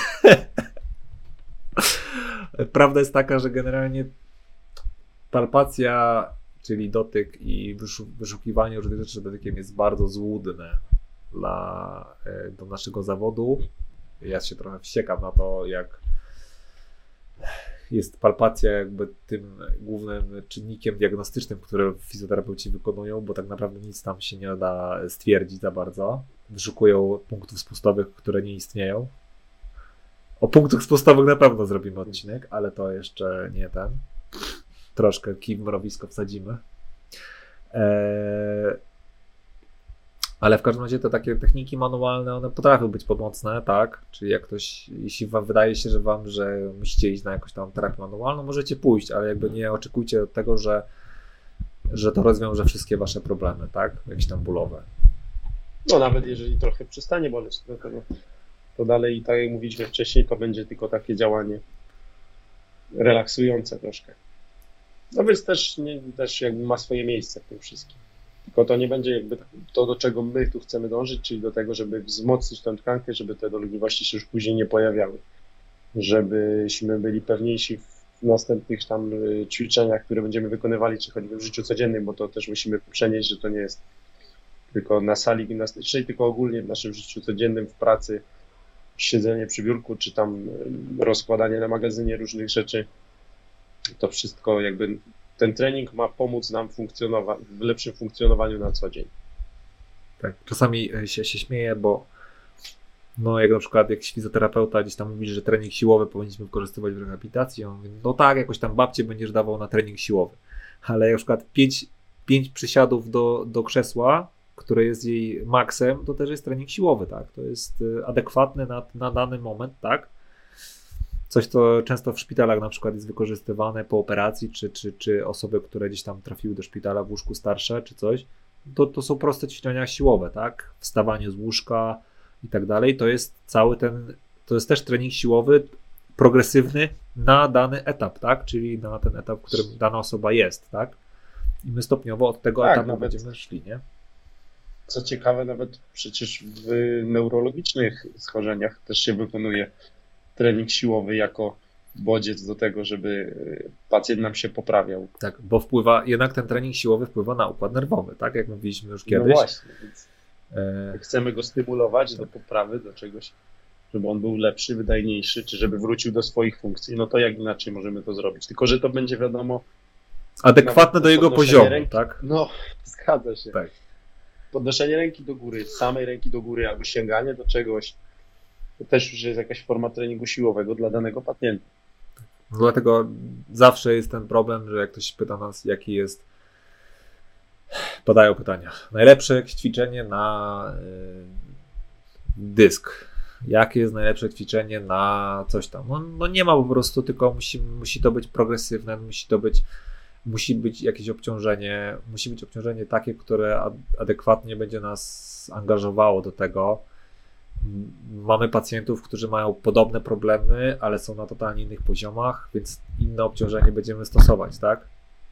Prawda jest taka, że generalnie palpacja, czyli dotyk i wyszukiwanie różnych rzeczy dotykiem jest bardzo złudne dla, do naszego zawodu. Ja się trochę wściekam na to, jak jest palpacja jakby tym głównym czynnikiem diagnostycznym, który fizjoterapeuci wykonują, bo tak naprawdę nic tam się nie da stwierdzić za bardzo. Wyszukują punktów spustowych, które nie istnieją. O punktach spustowych na pewno zrobimy odcinek, ale to jeszcze nie ten. Troszkę kij w mrowisko wsadzimy. Eee, ale w każdym razie te takie techniki manualne, one potrafią być pomocne, tak? Czyli jak ktoś, jeśli wam wydaje się, że wam, że musicie iść na jakąś tam terapię manualną, możecie pójść, ale jakby nie oczekujcie od tego, że, że to rozwiąże wszystkie wasze problemy, tak? Jakieś tam bólowe. No nawet jeżeli trochę przestanie boleć, to, to, to dalej, tak jak mówiliśmy wcześniej, to będzie tylko takie działanie relaksujące troszkę. No więc też, nie, też jakby ma swoje miejsce w tym wszystkim. Tylko to nie będzie jakby to, do czego my tu chcemy dążyć, czyli do tego, żeby wzmocnić tę tkankę, żeby te dolegliwości się już później nie pojawiały. Żebyśmy byli pewniejsi w następnych tam ćwiczeniach, które będziemy wykonywali, czy choćby w życiu codziennym, bo to też musimy przenieść, że to nie jest tylko na sali gimnastycznej, tylko ogólnie w naszym życiu codziennym, w pracy, siedzenie przy biurku, czy tam rozkładanie na magazynie różnych rzeczy. To wszystko jakby, ten trening ma pomóc nam funkcjonować, w lepszym funkcjonowaniu na co dzień. Tak, czasami się, się śmieję, bo no jak na przykład jakiś fizjoterapeuta gdzieś tam mówi, że trening siłowy powinniśmy wykorzystywać w rehabilitacji, on mówi, no tak, jakoś tam babcie będziesz dawał na trening siłowy, ale jak na przykład pięć, pięć przysiadów do, do krzesła, które jest jej maksem, to też jest trening siłowy, tak, to jest adekwatny na, na dany moment, tak. Coś, co często w szpitalach na przykład jest wykorzystywane po operacji, czy, czy, czy osoby, które gdzieś tam trafiły do szpitala w łóżku starsze, czy coś, to, to są proste ćwiczenia siłowe, tak? Wstawanie z łóżka i tak dalej. To jest cały ten, to jest też trening siłowy, progresywny na dany etap, tak? Czyli na ten etap, w którym dana osoba jest, tak? I my stopniowo od tego tak, etapu nawet, będziemy szli, nie? Co ciekawe, nawet przecież w neurologicznych schorzeniach też się wykonuje trening siłowy jako bodziec do tego, żeby pacjent nam się poprawiał. Tak, bo wpływa, jednak ten trening siłowy wpływa na układ nerwowy, tak jak mówiliśmy już kiedyś. No właśnie, więc e... chcemy go stymulować do poprawy, do czegoś, żeby on był lepszy, wydajniejszy, czy żeby wrócił do swoich funkcji, no to jak inaczej możemy to zrobić? Tylko że to będzie wiadomo adekwatne do jego poziomu, ręki, tak? No, zgadza się. Tak. Podnoszenie ręki do góry, samej ręki do góry, albo sięganie do czegoś, to też już jest jakaś forma treningu siłowego dla danego pacjenta. No dlatego zawsze jest ten problem, że jak ktoś pyta nas, jaki jest, padają pytania, najlepsze ćwiczenie na yy, dysk, jakie jest najlepsze ćwiczenie na coś tam. No, no nie ma po prostu, tylko musi, musi to być progresywne, musi to być, musi być jakieś obciążenie, musi być obciążenie takie, które adekwatnie będzie nas angażowało do tego. Mamy pacjentów, którzy mają podobne problemy, ale są na totalnie innych poziomach, więc inne obciążenie będziemy stosować, tak?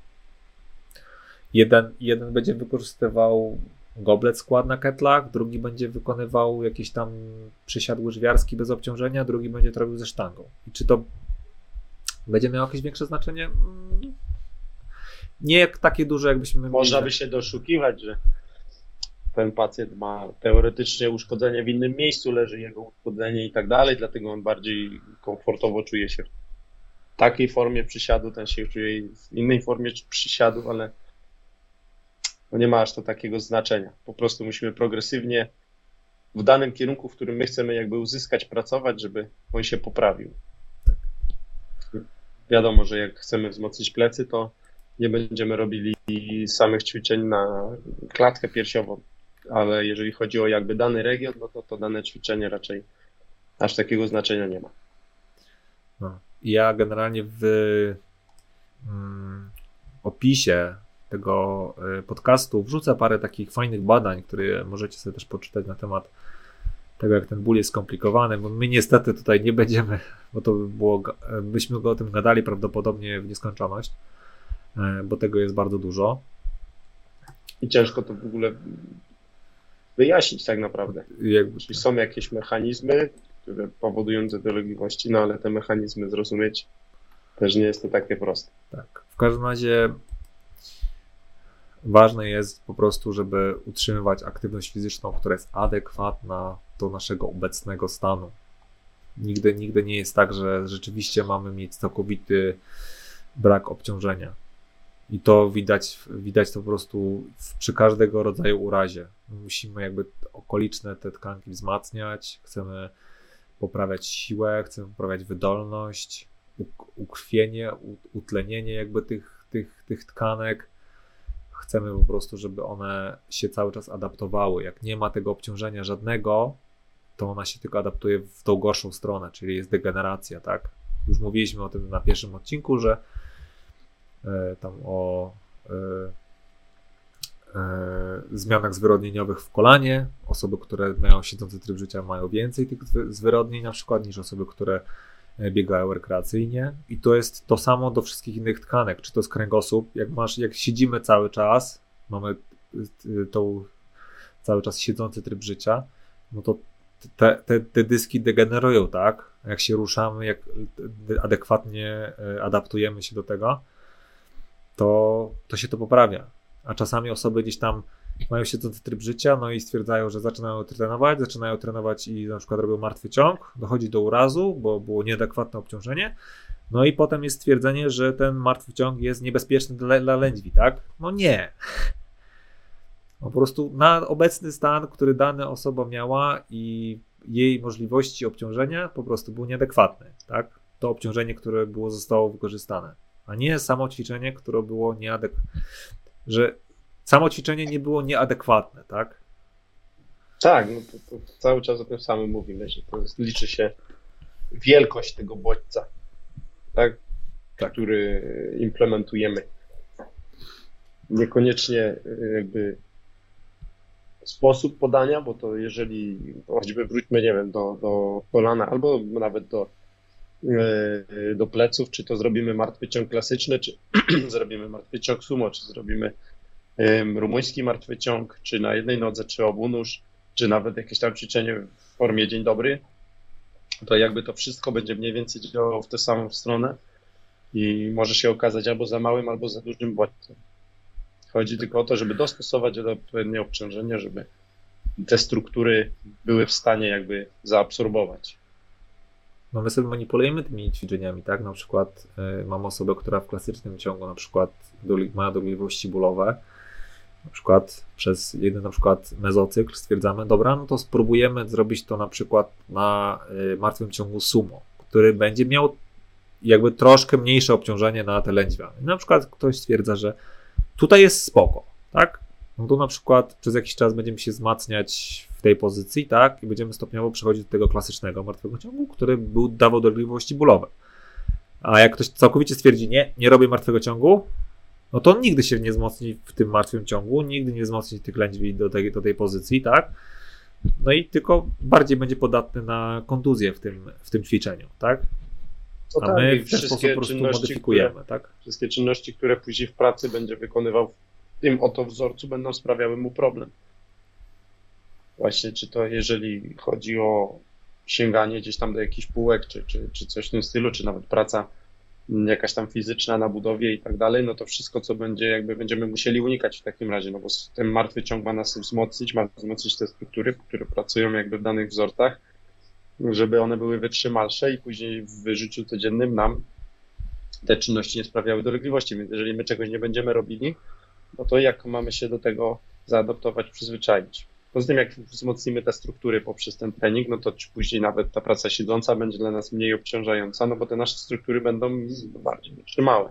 Jeden, jeden będzie wykorzystywał goblet skład na ketlach, drugi będzie wykonywał jakiś tam przysiad łyżwiarski bez obciążenia, drugi będzie to robił ze sztangą. I czy to będzie miało jakieś większe znaczenie? Nie jak takie duże, jakbyśmy... Można by się doszukiwać, że ten pacjent ma teoretycznie uszkodzenie w innym miejscu, leży jego uszkodzenie i tak dalej, dlatego on bardziej komfortowo czuje się w takiej formie przysiadu, ten się czuje w innej formie przysiadu, ale no nie ma aż to takiego znaczenia. Po prostu musimy progresywnie w danym kierunku, w którym my chcemy jakby uzyskać, pracować, żeby on się poprawił. Tak. Wiadomo, że jak chcemy wzmocnić plecy, to nie będziemy robili samych ćwiczeń na klatkę piersiową, ale jeżeli chodzi o jakby dany region, no to to dane ćwiczenie raczej aż takiego znaczenia nie ma. No. Ja generalnie w mm, opisie tego podcastu wrzucę parę takich fajnych badań, które możecie sobie też poczytać na temat tego, jak ten ból jest skomplikowany, bo my niestety tutaj nie będziemy, bo to by było, byśmy go o tym gadali prawdopodobnie w nieskończoność, bo tego jest bardzo dużo. I ciężko to w ogóle wyjaśnić tak naprawdę. Jakby... Czyli są jakieś mechanizmy, które powodują te dolegliwości, no ale te mechanizmy zrozumieć też nie jest to takie proste. Tak. W każdym razie ważne jest po prostu, żeby utrzymywać aktywność fizyczną, która jest adekwatna do naszego obecnego stanu. Nigdy, nigdy nie jest tak, że rzeczywiście mamy mieć całkowity brak obciążenia. I to widać, widać to po prostu w, przy każdego rodzaju urazie. Musimy jakby okoliczne te tkanki wzmacniać, chcemy poprawiać siłę, chcemy poprawiać wydolność, ukrwienie, utlenienie jakby tych, tych, tych tkanek. Chcemy po prostu, żeby one się cały czas adaptowały. Jak nie ma tego obciążenia żadnego, to ona się tylko adaptuje w tą gorszą stronę, czyli jest degeneracja, tak? Już mówiliśmy o tym na pierwszym odcinku, że e, tam o e, e, zmianach zwyrodnieniowych w kolanie. Osoby, które mają siedzący tryb życia, mają więcej tych zwyrodnień na przykład niż osoby, które biegają rekreacyjnie. I to jest to samo do wszystkich innych tkanek, czy to jest kręgosłup. Jak masz, jak siedzimy cały czas, mamy tą cały czas siedzący tryb życia, no to te, te, te dyski degenerują, tak? Jak się ruszamy, jak adekwatnie adaptujemy się do tego, to, to się to poprawia. A czasami osoby gdzieś tam mają siedzący tryb życia, no i stwierdzają, że zaczynają trenować, zaczynają trenować i na przykład robią martwy ciąg, dochodzi do urazu, bo było nieadekwatne obciążenie, no i potem jest stwierdzenie, że ten martwy ciąg jest niebezpieczny dla, dla lędźwi, tak? No nie. Po prostu na obecny stan, który dana osoba miała i jej możliwości obciążenia po prostu były nieadekwatne, tak? To obciążenie, które było, zostało wykorzystane, a nie samo ćwiczenie, które było nieadekwatne, że samo ćwiczenie nie było nieadekwatne, tak? Tak, no to, to cały czas o tym samym mówimy, że to jest, liczy się wielkość tego bodźca, tak? Tak. Który implementujemy. Niekoniecznie jakby sposób podania, bo to jeżeli choćby wróćmy, nie wiem, do, do kolana albo nawet do, do pleców, czy to zrobimy martwy ciąg klasyczny, czy zrobimy martwy ciąg sumo, czy zrobimy rumuński martwy ciąg, czy na jednej nodze, czy obunóż, czy nawet jakieś tam ćwiczenie w formie dzień dobry, to jakby to wszystko będzie mniej więcej działało w tę samą stronę i może się okazać albo za małym, albo za dużym bodźcem. Chodzi tylko o to, żeby dostosować odpowiednie obciążenie, żeby te struktury były w stanie jakby zaabsorbować. No my sobie manipulujemy tymi ćwiczeniami, tak? Na przykład y, mam osobę, która w klasycznym ciągu na przykład doli, ma dolegliwości bólowe, na przykład przez jeden na przykład mezocykl stwierdzamy, dobra, no to spróbujemy zrobić to na przykład na y, martwym ciągu sumo, który będzie miał jakby troszkę mniejsze obciążenie na te lędźwia. I na przykład ktoś stwierdza, że tutaj jest spoko, tak? No to na przykład przez jakiś czas będziemy się wzmacniać w tej pozycji, tak? I będziemy stopniowo przechodzić do tego klasycznego martwego ciągu, który był, dawał dolegliwości bólowe. A jak ktoś całkowicie stwierdzi, nie, nie robię martwego ciągu, no to on nigdy się nie wzmocni w tym martwym ciągu, nigdy nie wzmocni tych lędźwi do tej, do tej pozycji, tak? No i tylko bardziej będzie podatny na kontuzję w tym, w tym ćwiczeniu, tak? No A tak, my w ten sposób po prostu modyfikujemy, które, tak? Wszystkie czynności, które później w pracy będzie wykonywał w tym oto wzorcu, będą sprawiały mu problem. Właśnie, czy to jeżeli chodzi o sięganie gdzieś tam do jakichś półek, czy, czy, czy coś w tym stylu, czy nawet praca jakaś tam fizyczna na budowie i tak dalej, no to wszystko, co będzie, jakby będziemy musieli unikać w takim razie, no bo ten martwy ciąg ma nas wzmocnić, ma wzmocnić te struktury, które pracują jakby w danych wzorcach, żeby one były wytrzymalsze i później w życiu codziennym nam te czynności nie sprawiały dolegliwości, więc jeżeli my czegoś nie będziemy robili, no to jak mamy się do tego zaadaptować, przyzwyczaić. Poza tym, jak wzmocnimy te struktury poprzez ten trening, no to później nawet ta praca siedząca będzie dla nas mniej obciążająca, no bo te nasze struktury będą bardziej wytrzymałe.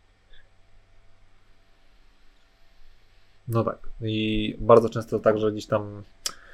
No tak. I bardzo często tak, że gdzieś tam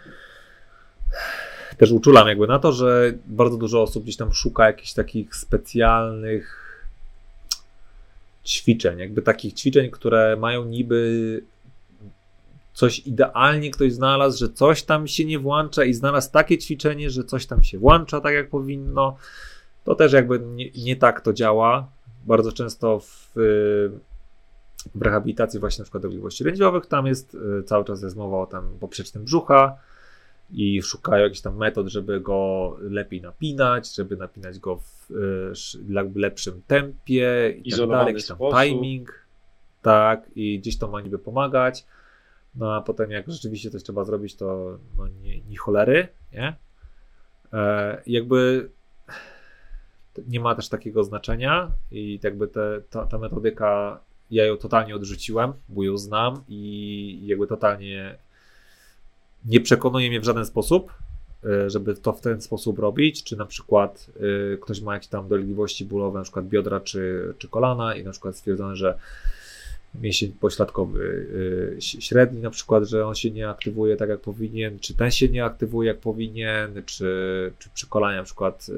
też uczulam jakby na to, że bardzo dużo osób gdzieś tam szuka jakichś takich specjalnych ćwiczeń, jakby takich ćwiczeń, które mają niby coś idealnie ktoś znalazł, że coś tam się nie włącza i znalazł takie ćwiczenie, że coś tam się włącza tak jak powinno. To też jakby nie, nie tak to działa. Bardzo często w, w rehabilitacji właśnie na przykład dolegliwości lędźwiowych tam jest cały czas jest mowa o tam poprzecznym brzucha i szukają jakichś tam metod, żeby go lepiej napinać, żeby napinać go w jakby lepszym tempie i tak dalej, jakiś tam timing, tak, i gdzieś to ma niby pomagać. No a potem jak rzeczywiście coś trzeba zrobić, to no nie, nie cholery, nie? E, jakby nie ma też takiego znaczenia i jakby te, ta, ta metodyka, ja ją totalnie odrzuciłem, bo ją znam i jakby totalnie nie przekonuje mnie w żaden sposób. żeby to w ten sposób robić, czy na przykład ktoś ma jakieś tam dolegliwości bólowe, na przykład biodra czy, czy kolana i na przykład stwierdzone, że mięsień pośladkowy średni na przykład, że on się nie aktywuje tak jak powinien, czy ten się nie aktywuje jak powinien, czy, czy przy kolanie na przykład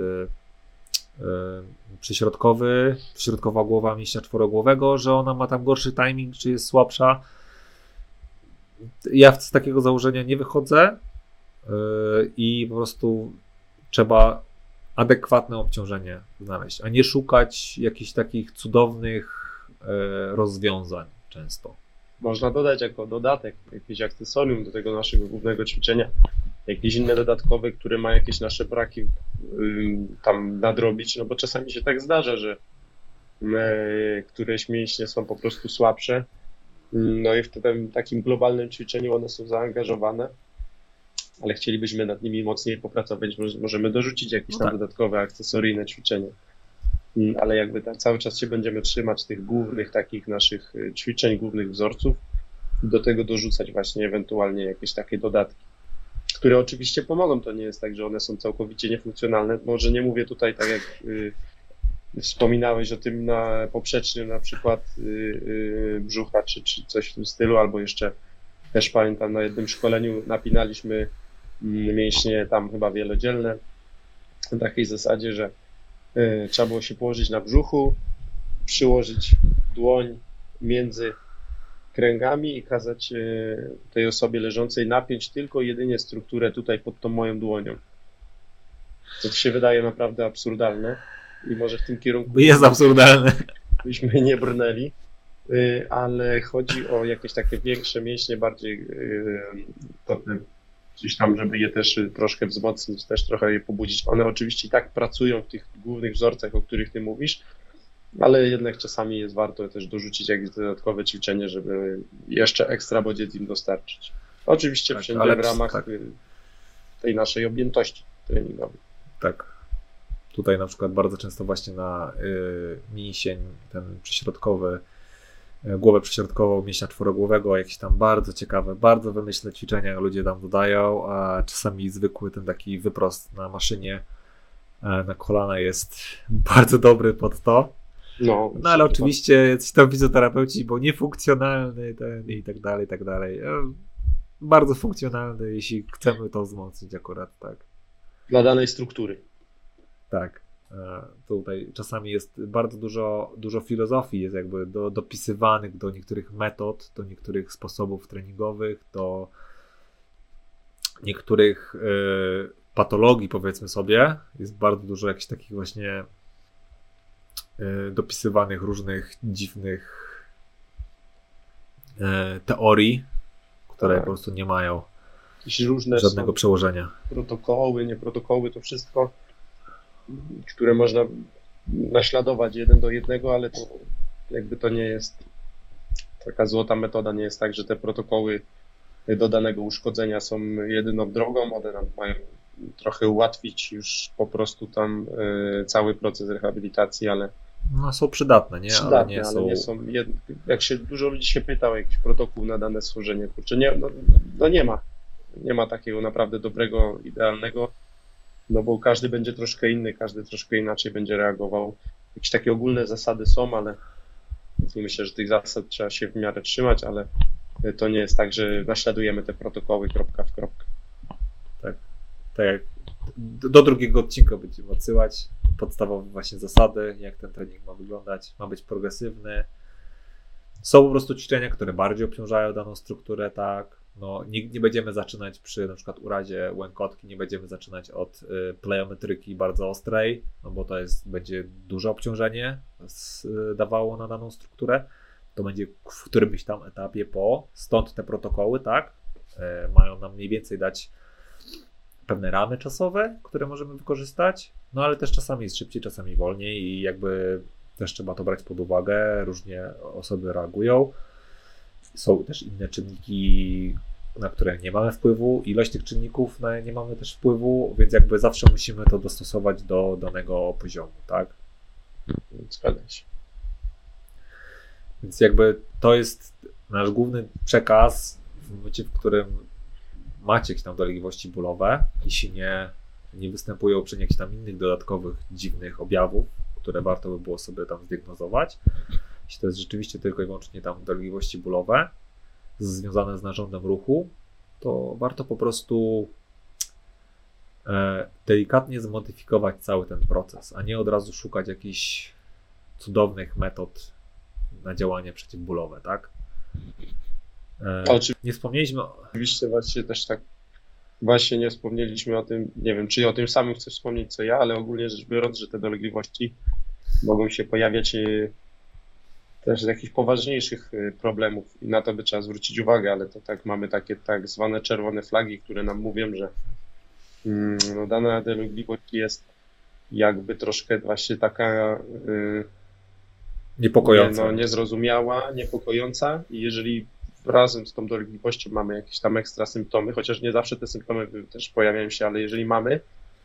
przyśrodkowy, przyśrodkowa głowa mięśnia czworogłowego, że ona ma tam gorszy timing, czy jest słabsza. Ja z takiego założenia nie wychodzę i po prostu trzeba adekwatne obciążenie znaleźć, a nie szukać jakichś takich cudownych rozwiązań często. Można dodać jako dodatek jakieś akcesorium do tego naszego głównego ćwiczenia, jakieś inne dodatkowe, które ma jakieś nasze braki tam nadrobić, no bo czasami się tak zdarza, że któreś mięśnie są po prostu słabsze, no i w tym takim globalnym ćwiczeniu one są zaangażowane, ale chcielibyśmy nad nimi mocniej popracować, możemy dorzucić jakieś tam no tak. dodatkowe akcesoryjne ćwiczenie. Ale jakby tak cały czas się będziemy trzymać tych głównych takich naszych ćwiczeń, głównych wzorców, do tego dorzucać właśnie ewentualnie jakieś takie dodatki, które oczywiście pomogą. To nie jest tak, że one są całkowicie niefunkcjonalne. Może nie mówię tutaj tak jak y, wspominałeś o tym na poprzecznym na przykład y, y, brzucha czy, czy coś w tym stylu, albo jeszcze też pamiętam na jednym szkoleniu napinaliśmy mięśnie tam chyba wielodzielne na takiej zasadzie, że trzeba było się położyć na brzuchu, przyłożyć dłoń między kręgami i kazać tej osobie leżącej napiąć tylko jedynie strukturę tutaj pod tą moją dłonią. To się wydaje naprawdę absurdalne i może w tym kierunku jest absurdalne. Byśmy nie brnęli, ale chodzi o jakieś takie większe mięśnie, bardziej gdzieś tam, żeby je też troszkę wzmocnić, też trochę je pobudzić. One oczywiście i tak pracują w tych głównych wzorcach, o których ty mówisz, ale jednak czasami jest warto też dorzucić jakieś dodatkowe ćwiczenie, żeby jeszcze ekstra bodziec im dostarczyć. Oczywiście tak, wszędzie w ramach tak. tej naszej objętości treningowej. Tak. Tutaj na przykład bardzo często właśnie na y, mięsień, ten przyśrodkowy, głowę przyśrodkową mięśnia czworogłowego, jakieś tam bardzo ciekawe, bardzo wymyślne ćwiczenia ludzie tam dodają, a czasami zwykły ten taki wyprost na maszynie na kolana jest bardzo dobry pod to. No, no ale oczywiście jacyś tam fizjoterapeuci, bo niefunkcjonalny ten i tak dalej, i tak dalej. Bardzo funkcjonalny, jeśli chcemy to wzmocnić akurat, tak. Dla danej struktury. Tak. Tutaj czasami jest bardzo dużo, dużo filozofii jest jakby do, dopisywanych do niektórych metod, do niektórych sposobów treningowych, do niektórych y, patologii, powiedzmy sobie. Jest bardzo dużo jakichś takich właśnie y, dopisywanych różnych dziwnych y, teorii, które tak. po prostu nie mają różne żadnego przełożenia. Protokoły, nie protokoły, to wszystko, które można naśladować jeden do jednego, ale to jakby to nie jest taka złota metoda, nie jest tak, że te protokoły do danego uszkodzenia są jedyną drogą, one nam mają trochę ułatwić już po prostu tam y, cały proces rehabilitacji, ale no są przydatne, nie? Przydatne, ale nie ale są, nie są jed... jak się dużo ludzi się pyta o jakiś protokół na dane schorzenie, kurczę, nie, no, no nie ma, nie ma takiego naprawdę dobrego, idealnego. No bo każdy będzie troszkę inny, każdy troszkę inaczej będzie reagował. Jakieś takie ogólne zasady są, ale myślę, że tych zasad trzeba się w miarę trzymać, ale to nie jest tak, że naśladujemy te protokoły kropka w kropkę. Tak, tak jak do drugiego odcinka będziemy odsyłać podstawowe właśnie zasady, jak ten trening ma wyglądać, ma być progresywny. Są po prostu ćwiczenia, które bardziej obciążają daną strukturę, tak. No, nie, nie będziemy zaczynać przy na przykład urazie łękotki, nie będziemy zaczynać od y, pleometryki bardzo ostrej, no bo to jest, będzie duże obciążenie z, y, dawało na daną strukturę. To będzie w którymś tam etapie po, stąd te protokoły, tak, y, mają nam mniej więcej dać pewne ramy czasowe, które możemy wykorzystać, no ale też czasami jest szybciej, czasami wolniej i jakby też trzeba to brać pod uwagę, różnie osoby reagują. Są też inne czynniki, na które nie mamy wpływu, ilość tych czynników na nie mamy też wpływu, więc jakby zawsze musimy to dostosować do danego poziomu, tak? Zgadza się. Więc jakby to jest nasz główny przekaz w momencie, w którym macie jakieś tam dolegliwości bólowe, jeśli nie, nie występują przy jakichś tam innych dodatkowych dziwnych objawów, które warto by było sobie tam zdiagnozować, jeśli to jest rzeczywiście tylko i wyłącznie tam dolegliwości bólowe związane z narządem ruchu, to warto po prostu e, delikatnie zmodyfikować cały ten proces, a nie od razu szukać jakichś cudownych metod na działanie przeciwbólowe, tak? E, nie wspomnieliśmy o... Oczywiście właśnie też tak, właśnie nie wspomnieliśmy o tym, nie wiem, czy o tym samym chcesz wspomnieć co ja, ale ogólnie rzecz biorąc, że te dolegliwości mogą się pojawiać też z jakichś poważniejszych problemów i na to by trzeba zwrócić uwagę, ale to tak mamy takie tak zwane czerwone flagi, które nam mówią, że mm, no, dana dolegliwość jest jakby troszkę właśnie taka yy, niepokojąca. Nie, no, niezrozumiała, niepokojąca i jeżeli razem z tą dolegliwością mamy jakieś tam ekstra symptomy, chociaż nie zawsze te symptomy też pojawiają się, ale jeżeli mamy,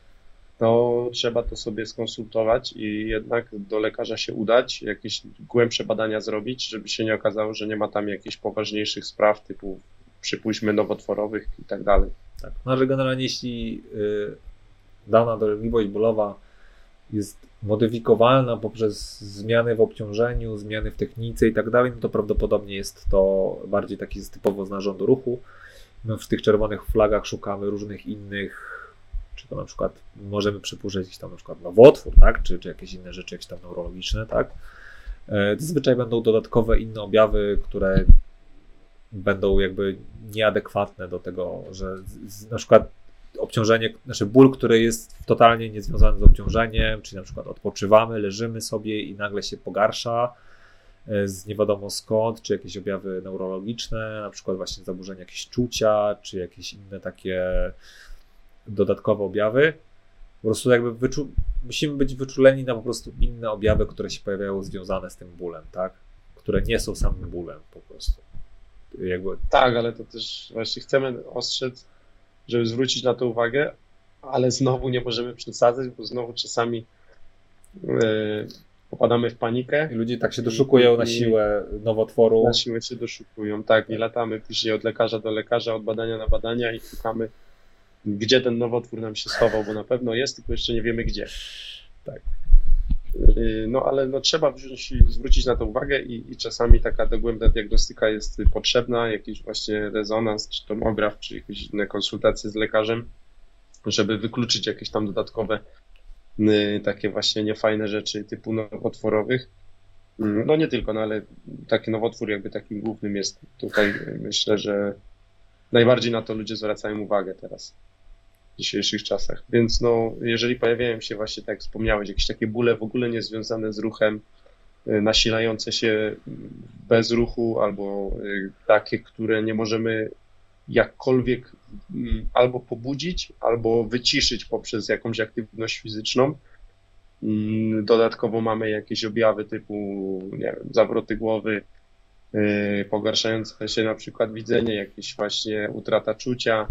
to trzeba to sobie skonsultować i jednak do lekarza się udać, jakieś głębsze badania zrobić, żeby się nie okazało, że nie ma tam jakichś poważniejszych spraw typu przypuśćmy nowotworowych i tak dalej. Tak, no że generalnie jeśli y, dana dolegliwość bólowa jest modyfikowalna poprzez zmiany w obciążeniu, zmiany w technice i tak dalej, no to prawdopodobnie jest to bardziej taki typowo z narządu ruchu. My w tych czerwonych flagach szukamy różnych innych, czy to na przykład możemy przypuszczać jakiś tam na przykład nowotwór, tak? czy, czy jakieś inne rzeczy, jakieś tam neurologiczne, tak? Zazwyczaj będą dodatkowe inne objawy, które będą jakby nieadekwatne do tego, że z, na przykład obciążenie, znaczy ból, który jest totalnie niezwiązany z obciążeniem, czyli na przykład odpoczywamy, leżymy sobie i nagle się pogarsza z nie wiadomo skąd, czy jakieś objawy neurologiczne, na przykład właśnie zaburzenia jakieś czucia, czy jakieś inne takie dodatkowe objawy. Po prostu jakby wyczu- musimy być wyczuleni na po prostu inne objawy, które się pojawiają związane z tym bólem, tak? Które nie są samym bólem po prostu. Jakby... Tak, ale to też właśnie chcemy ostrzec, żeby zwrócić na to uwagę, ale znowu nie możemy przesadzać, bo znowu czasami yy, popadamy w panikę. I ludzie tak się doszukują i, na siłę nowotworu. Na siłę się doszukują, tak, i latamy później od lekarza do lekarza, od badania na badania i szukamy, gdzie ten nowotwór nam się schował, bo na pewno jest, tylko jeszcze nie wiemy gdzie. Tak. No ale no, trzeba wziąć i zwrócić na to uwagę i, i czasami taka dogłębna diagnostyka jest potrzebna, jakiś właśnie rezonans, czy tomograf, czy jakieś inne konsultacje z lekarzem, żeby wykluczyć jakieś tam dodatkowe y, takie właśnie niefajne rzeczy typu nowotworowych. No nie tylko, no ale taki nowotwór jakby takim głównym jest tutaj, myślę, że najbardziej na to ludzie zwracają uwagę teraz. W dzisiejszych czasach. Więc no, jeżeli pojawiają się właśnie, tak jak wspomniałeś, jakieś takie bóle w ogóle niezwiązane z ruchem, nasilające się bez ruchu, albo takie, które nie możemy jakkolwiek albo pobudzić, albo wyciszyć poprzez jakąś aktywność fizyczną. Dodatkowo mamy jakieś objawy typu, nie wiem, zawroty głowy, pogarszające się na przykład widzenie, jakieś właśnie utrata czucia,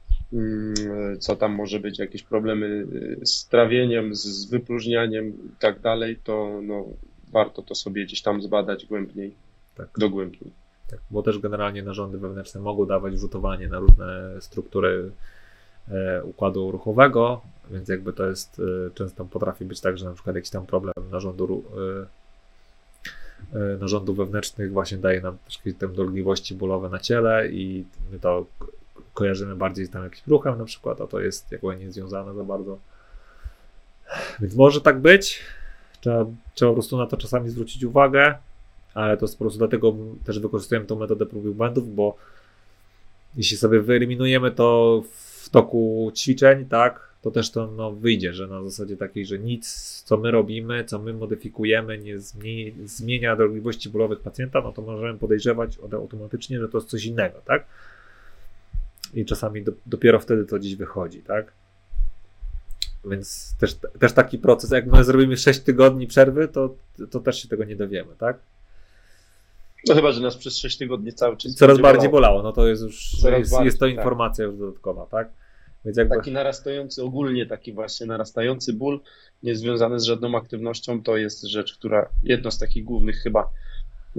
co tam może być, jakieś problemy z trawieniem, z wypróżnianiem i tak dalej, to no, warto to sobie gdzieś tam zbadać głębiej, tak. dogłębniej. Tak, bo też generalnie narządy wewnętrzne mogą dawać rzutowanie na różne struktury e, układu ruchowego, więc jakby to jest, e, często potrafi być tak, że na przykład jakiś tam problem narządu, e, e, narządów wewnętrznych właśnie daje nam jakieś tam dolegliwości bólowe na ciele i my to kojarzymy bardziej z tam jakimś ruchem na przykład, a to jest jakby nie związane za bardzo. Więc może tak być. Trzeba, trzeba po prostu na to czasami zwrócić uwagę, ale to jest po prostu dlatego też wykorzystujemy tą metodę prób i błędów, bo jeśli sobie wyeliminujemy to w toku ćwiczeń, tak, to też to no, wyjdzie, że na zasadzie takiej, że nic, co my robimy, co my modyfikujemy, nie zmieni, zmienia dolegliwości bólowych pacjenta, no to możemy podejrzewać automatycznie, że to jest coś innego, tak? I czasami do, dopiero wtedy to gdzieś wychodzi, tak? Więc też, też taki proces, jak my zrobimy sześć tygodni przerwy, to, to też się tego nie dowiemy, tak? No chyba, że nas przez sześć tygodni cały czas coraz bardziej bolało, bolało, no to jest już Coraz jest, bardziej, jest to tak. informacja już dodatkowa, tak? Więc jakby... Taki narastający, ogólnie taki właśnie narastający ból, niezwiązany z żadną aktywnością, to jest rzecz, która, jedno z takich głównych chyba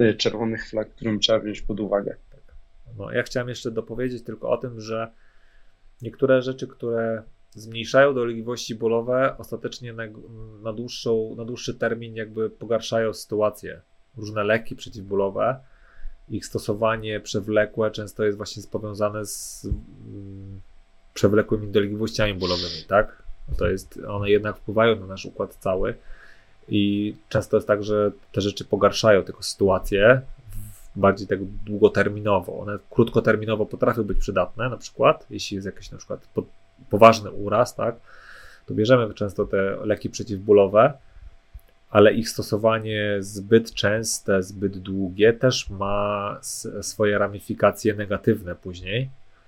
czerwonych flag, którą trzeba wziąć pod uwagę. No, ja chciałem jeszcze dopowiedzieć tylko o tym, że niektóre rzeczy, które zmniejszają dolegliwości bólowe, ostatecznie na, na, dłuższą, na dłuższy termin jakby pogarszają sytuację. Różne leki przeciwbólowe, ich stosowanie przewlekłe często jest właśnie powiązane z mm, przewlekłymi dolegliwościami bólowymi, tak? To jest, one jednak wpływają na nasz układ cały i często jest tak, że te rzeczy pogarszają tylko sytuację bardziej tak długoterminowo. One krótkoterminowo potrafią być przydatne, na przykład jeśli jest jakiś na przykład po, poważny uraz, tak? To bierzemy często te leki przeciwbólowe, ale ich stosowanie zbyt częste, zbyt długie też ma swoje ramifikacje negatywne później.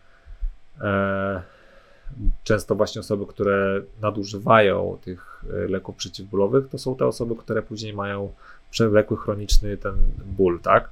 Często właśnie osoby, które nadużywają tych leków przeciwbólowych, to są te osoby, które później mają przewlekły chroniczny ten ból, tak?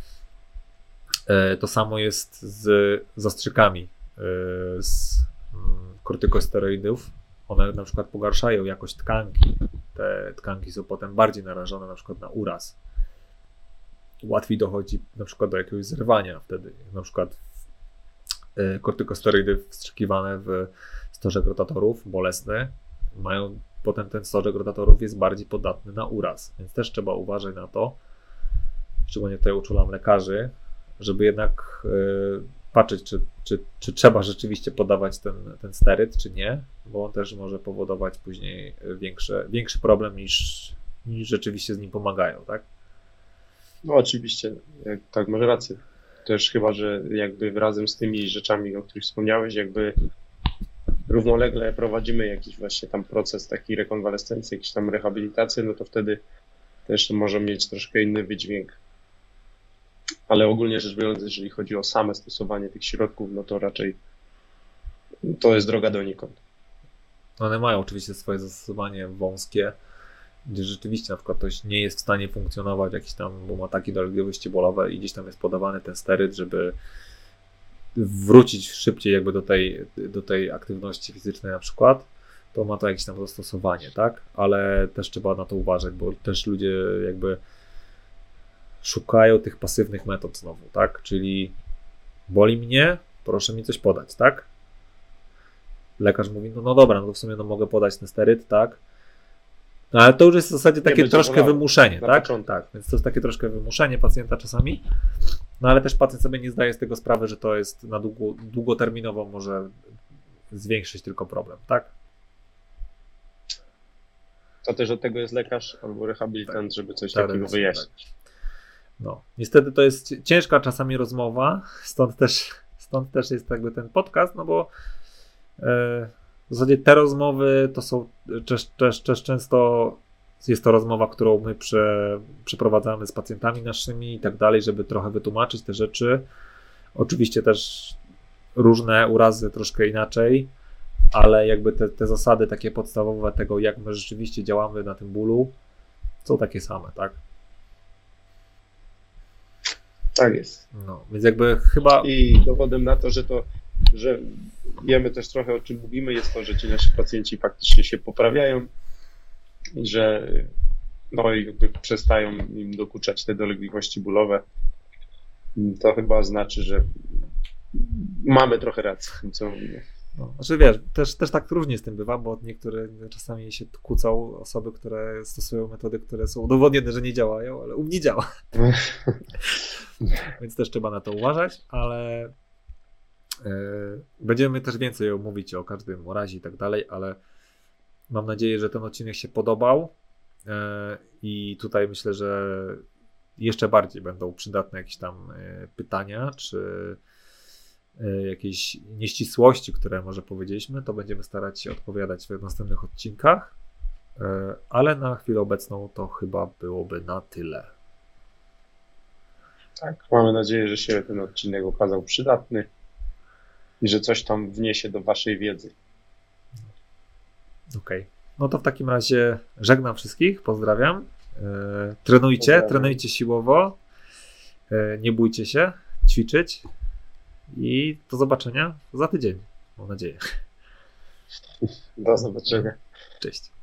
To samo jest z zastrzykami z kortykosteroidów. One na przykład pogarszają jakość tkanki. Te tkanki są potem bardziej narażone na przykład na uraz. Łatwiej dochodzi na przykład do jakiegoś zerwania wtedy. Na przykład kortykosteroidy wstrzykiwane w stożek rotatorów, bolesny, mają potem ten stożek rotatorów jest bardziej podatny na uraz. Więc też trzeba uważać na to, szczególnie tutaj uczulam lekarzy, żeby jednak y, patrzeć, czy, czy, czy trzeba rzeczywiście podawać ten, ten steryd, czy nie, bo on też może powodować później większe, większy problem niż, niż rzeczywiście z nim pomagają, tak? No oczywiście, jak, tak, masz rację. Też chyba, że jakby razem z tymi rzeczami, o których wspomniałeś, jakby równolegle prowadzimy jakiś właśnie tam proces takiej rekonwalescencji, jakiejś tam rehabilitację, no to wtedy też może mieć troszkę inny wydźwięk. Ale ogólnie rzecz biorąc, jeżeli chodzi o same stosowanie tych środków, no to raczej to jest droga donikąd. One mają oczywiście swoje zastosowanie wąskie, gdzie rzeczywiście na przykład ktoś nie jest w stanie funkcjonować, jakiś tam, bo ma takie dolegliwości bólowe i gdzieś tam jest podawany ten steryd, żeby wrócić szybciej jakby do tej, do tej aktywności fizycznej na przykład, to ma to jakieś tam zastosowanie, tak? Ale też trzeba na to uważać, bo też ludzie jakby szukają tych pasywnych metod znowu, tak? Czyli boli mnie, proszę mi coś podać, tak? Lekarz mówi, no, no dobra, no to w sumie no mogę podać ten steryd, tak? No ale to już jest w zasadzie takie troszkę wymuszenie, tak? Tak, więc to jest takie troszkę wymuszenie pacjenta czasami, no ale też pacjent sobie nie zdaje z tego sprawy, że to jest na długo, długoterminowo może zwiększyć tylko problem, tak? To też od tego jest lekarz albo rehabilitant, tak, żeby coś tak, takiego wyjaśnić. Tak. No, niestety to jest ciężka czasami rozmowa, stąd też, stąd też jest jakby ten podcast, no bo yy, w zasadzie te rozmowy to są też, też, też często jest to rozmowa, którą my prze, przeprowadzamy z pacjentami naszymi i tak dalej, żeby trochę wytłumaczyć te rzeczy. Oczywiście też różne urazy troszkę inaczej, ale jakby te, te zasady takie podstawowe tego, jak my rzeczywiście działamy na tym bólu, są takie same, tak? Tak jest. No, więc jakby chyba... I dowodem na to, że to, że wiemy też trochę o czym mówimy, jest to, że ci nasi pacjenci faktycznie się poprawiają i że no i jakby przestają im dokuczać te dolegliwości bólowe. To chyba znaczy, że mamy trochę racji w tym, co mówimy. No, znaczy wiesz, też, też tak różnie z tym bywa, bo niektóre czasami się kłócą osoby, które stosują metody, które są udowodnione, że nie działają, ale u mnie działa. Więc też trzeba na to uważać, ale yy, będziemy też więcej mówić o każdym urazie i tak dalej, ale mam nadzieję, że ten odcinek się podobał yy, i tutaj myślę, że jeszcze bardziej będą przydatne jakieś tam yy, pytania, czy jakieś nieścisłości, które może powiedzieliśmy, to będziemy starać się odpowiadać w następnych odcinkach, ale na chwilę obecną to chyba byłoby na tyle. Tak, mamy nadzieję, że się ten odcinek okazał przydatny i że coś tam wniesie do waszej wiedzy. Okej, okay. No to w takim razie żegnam wszystkich, pozdrawiam. Trenujcie, pozdrawiam. trenujcie siłowo, nie bójcie się ćwiczyć. I do zobaczenia za tydzień, mam nadzieję. Do zobaczenia. Cześć.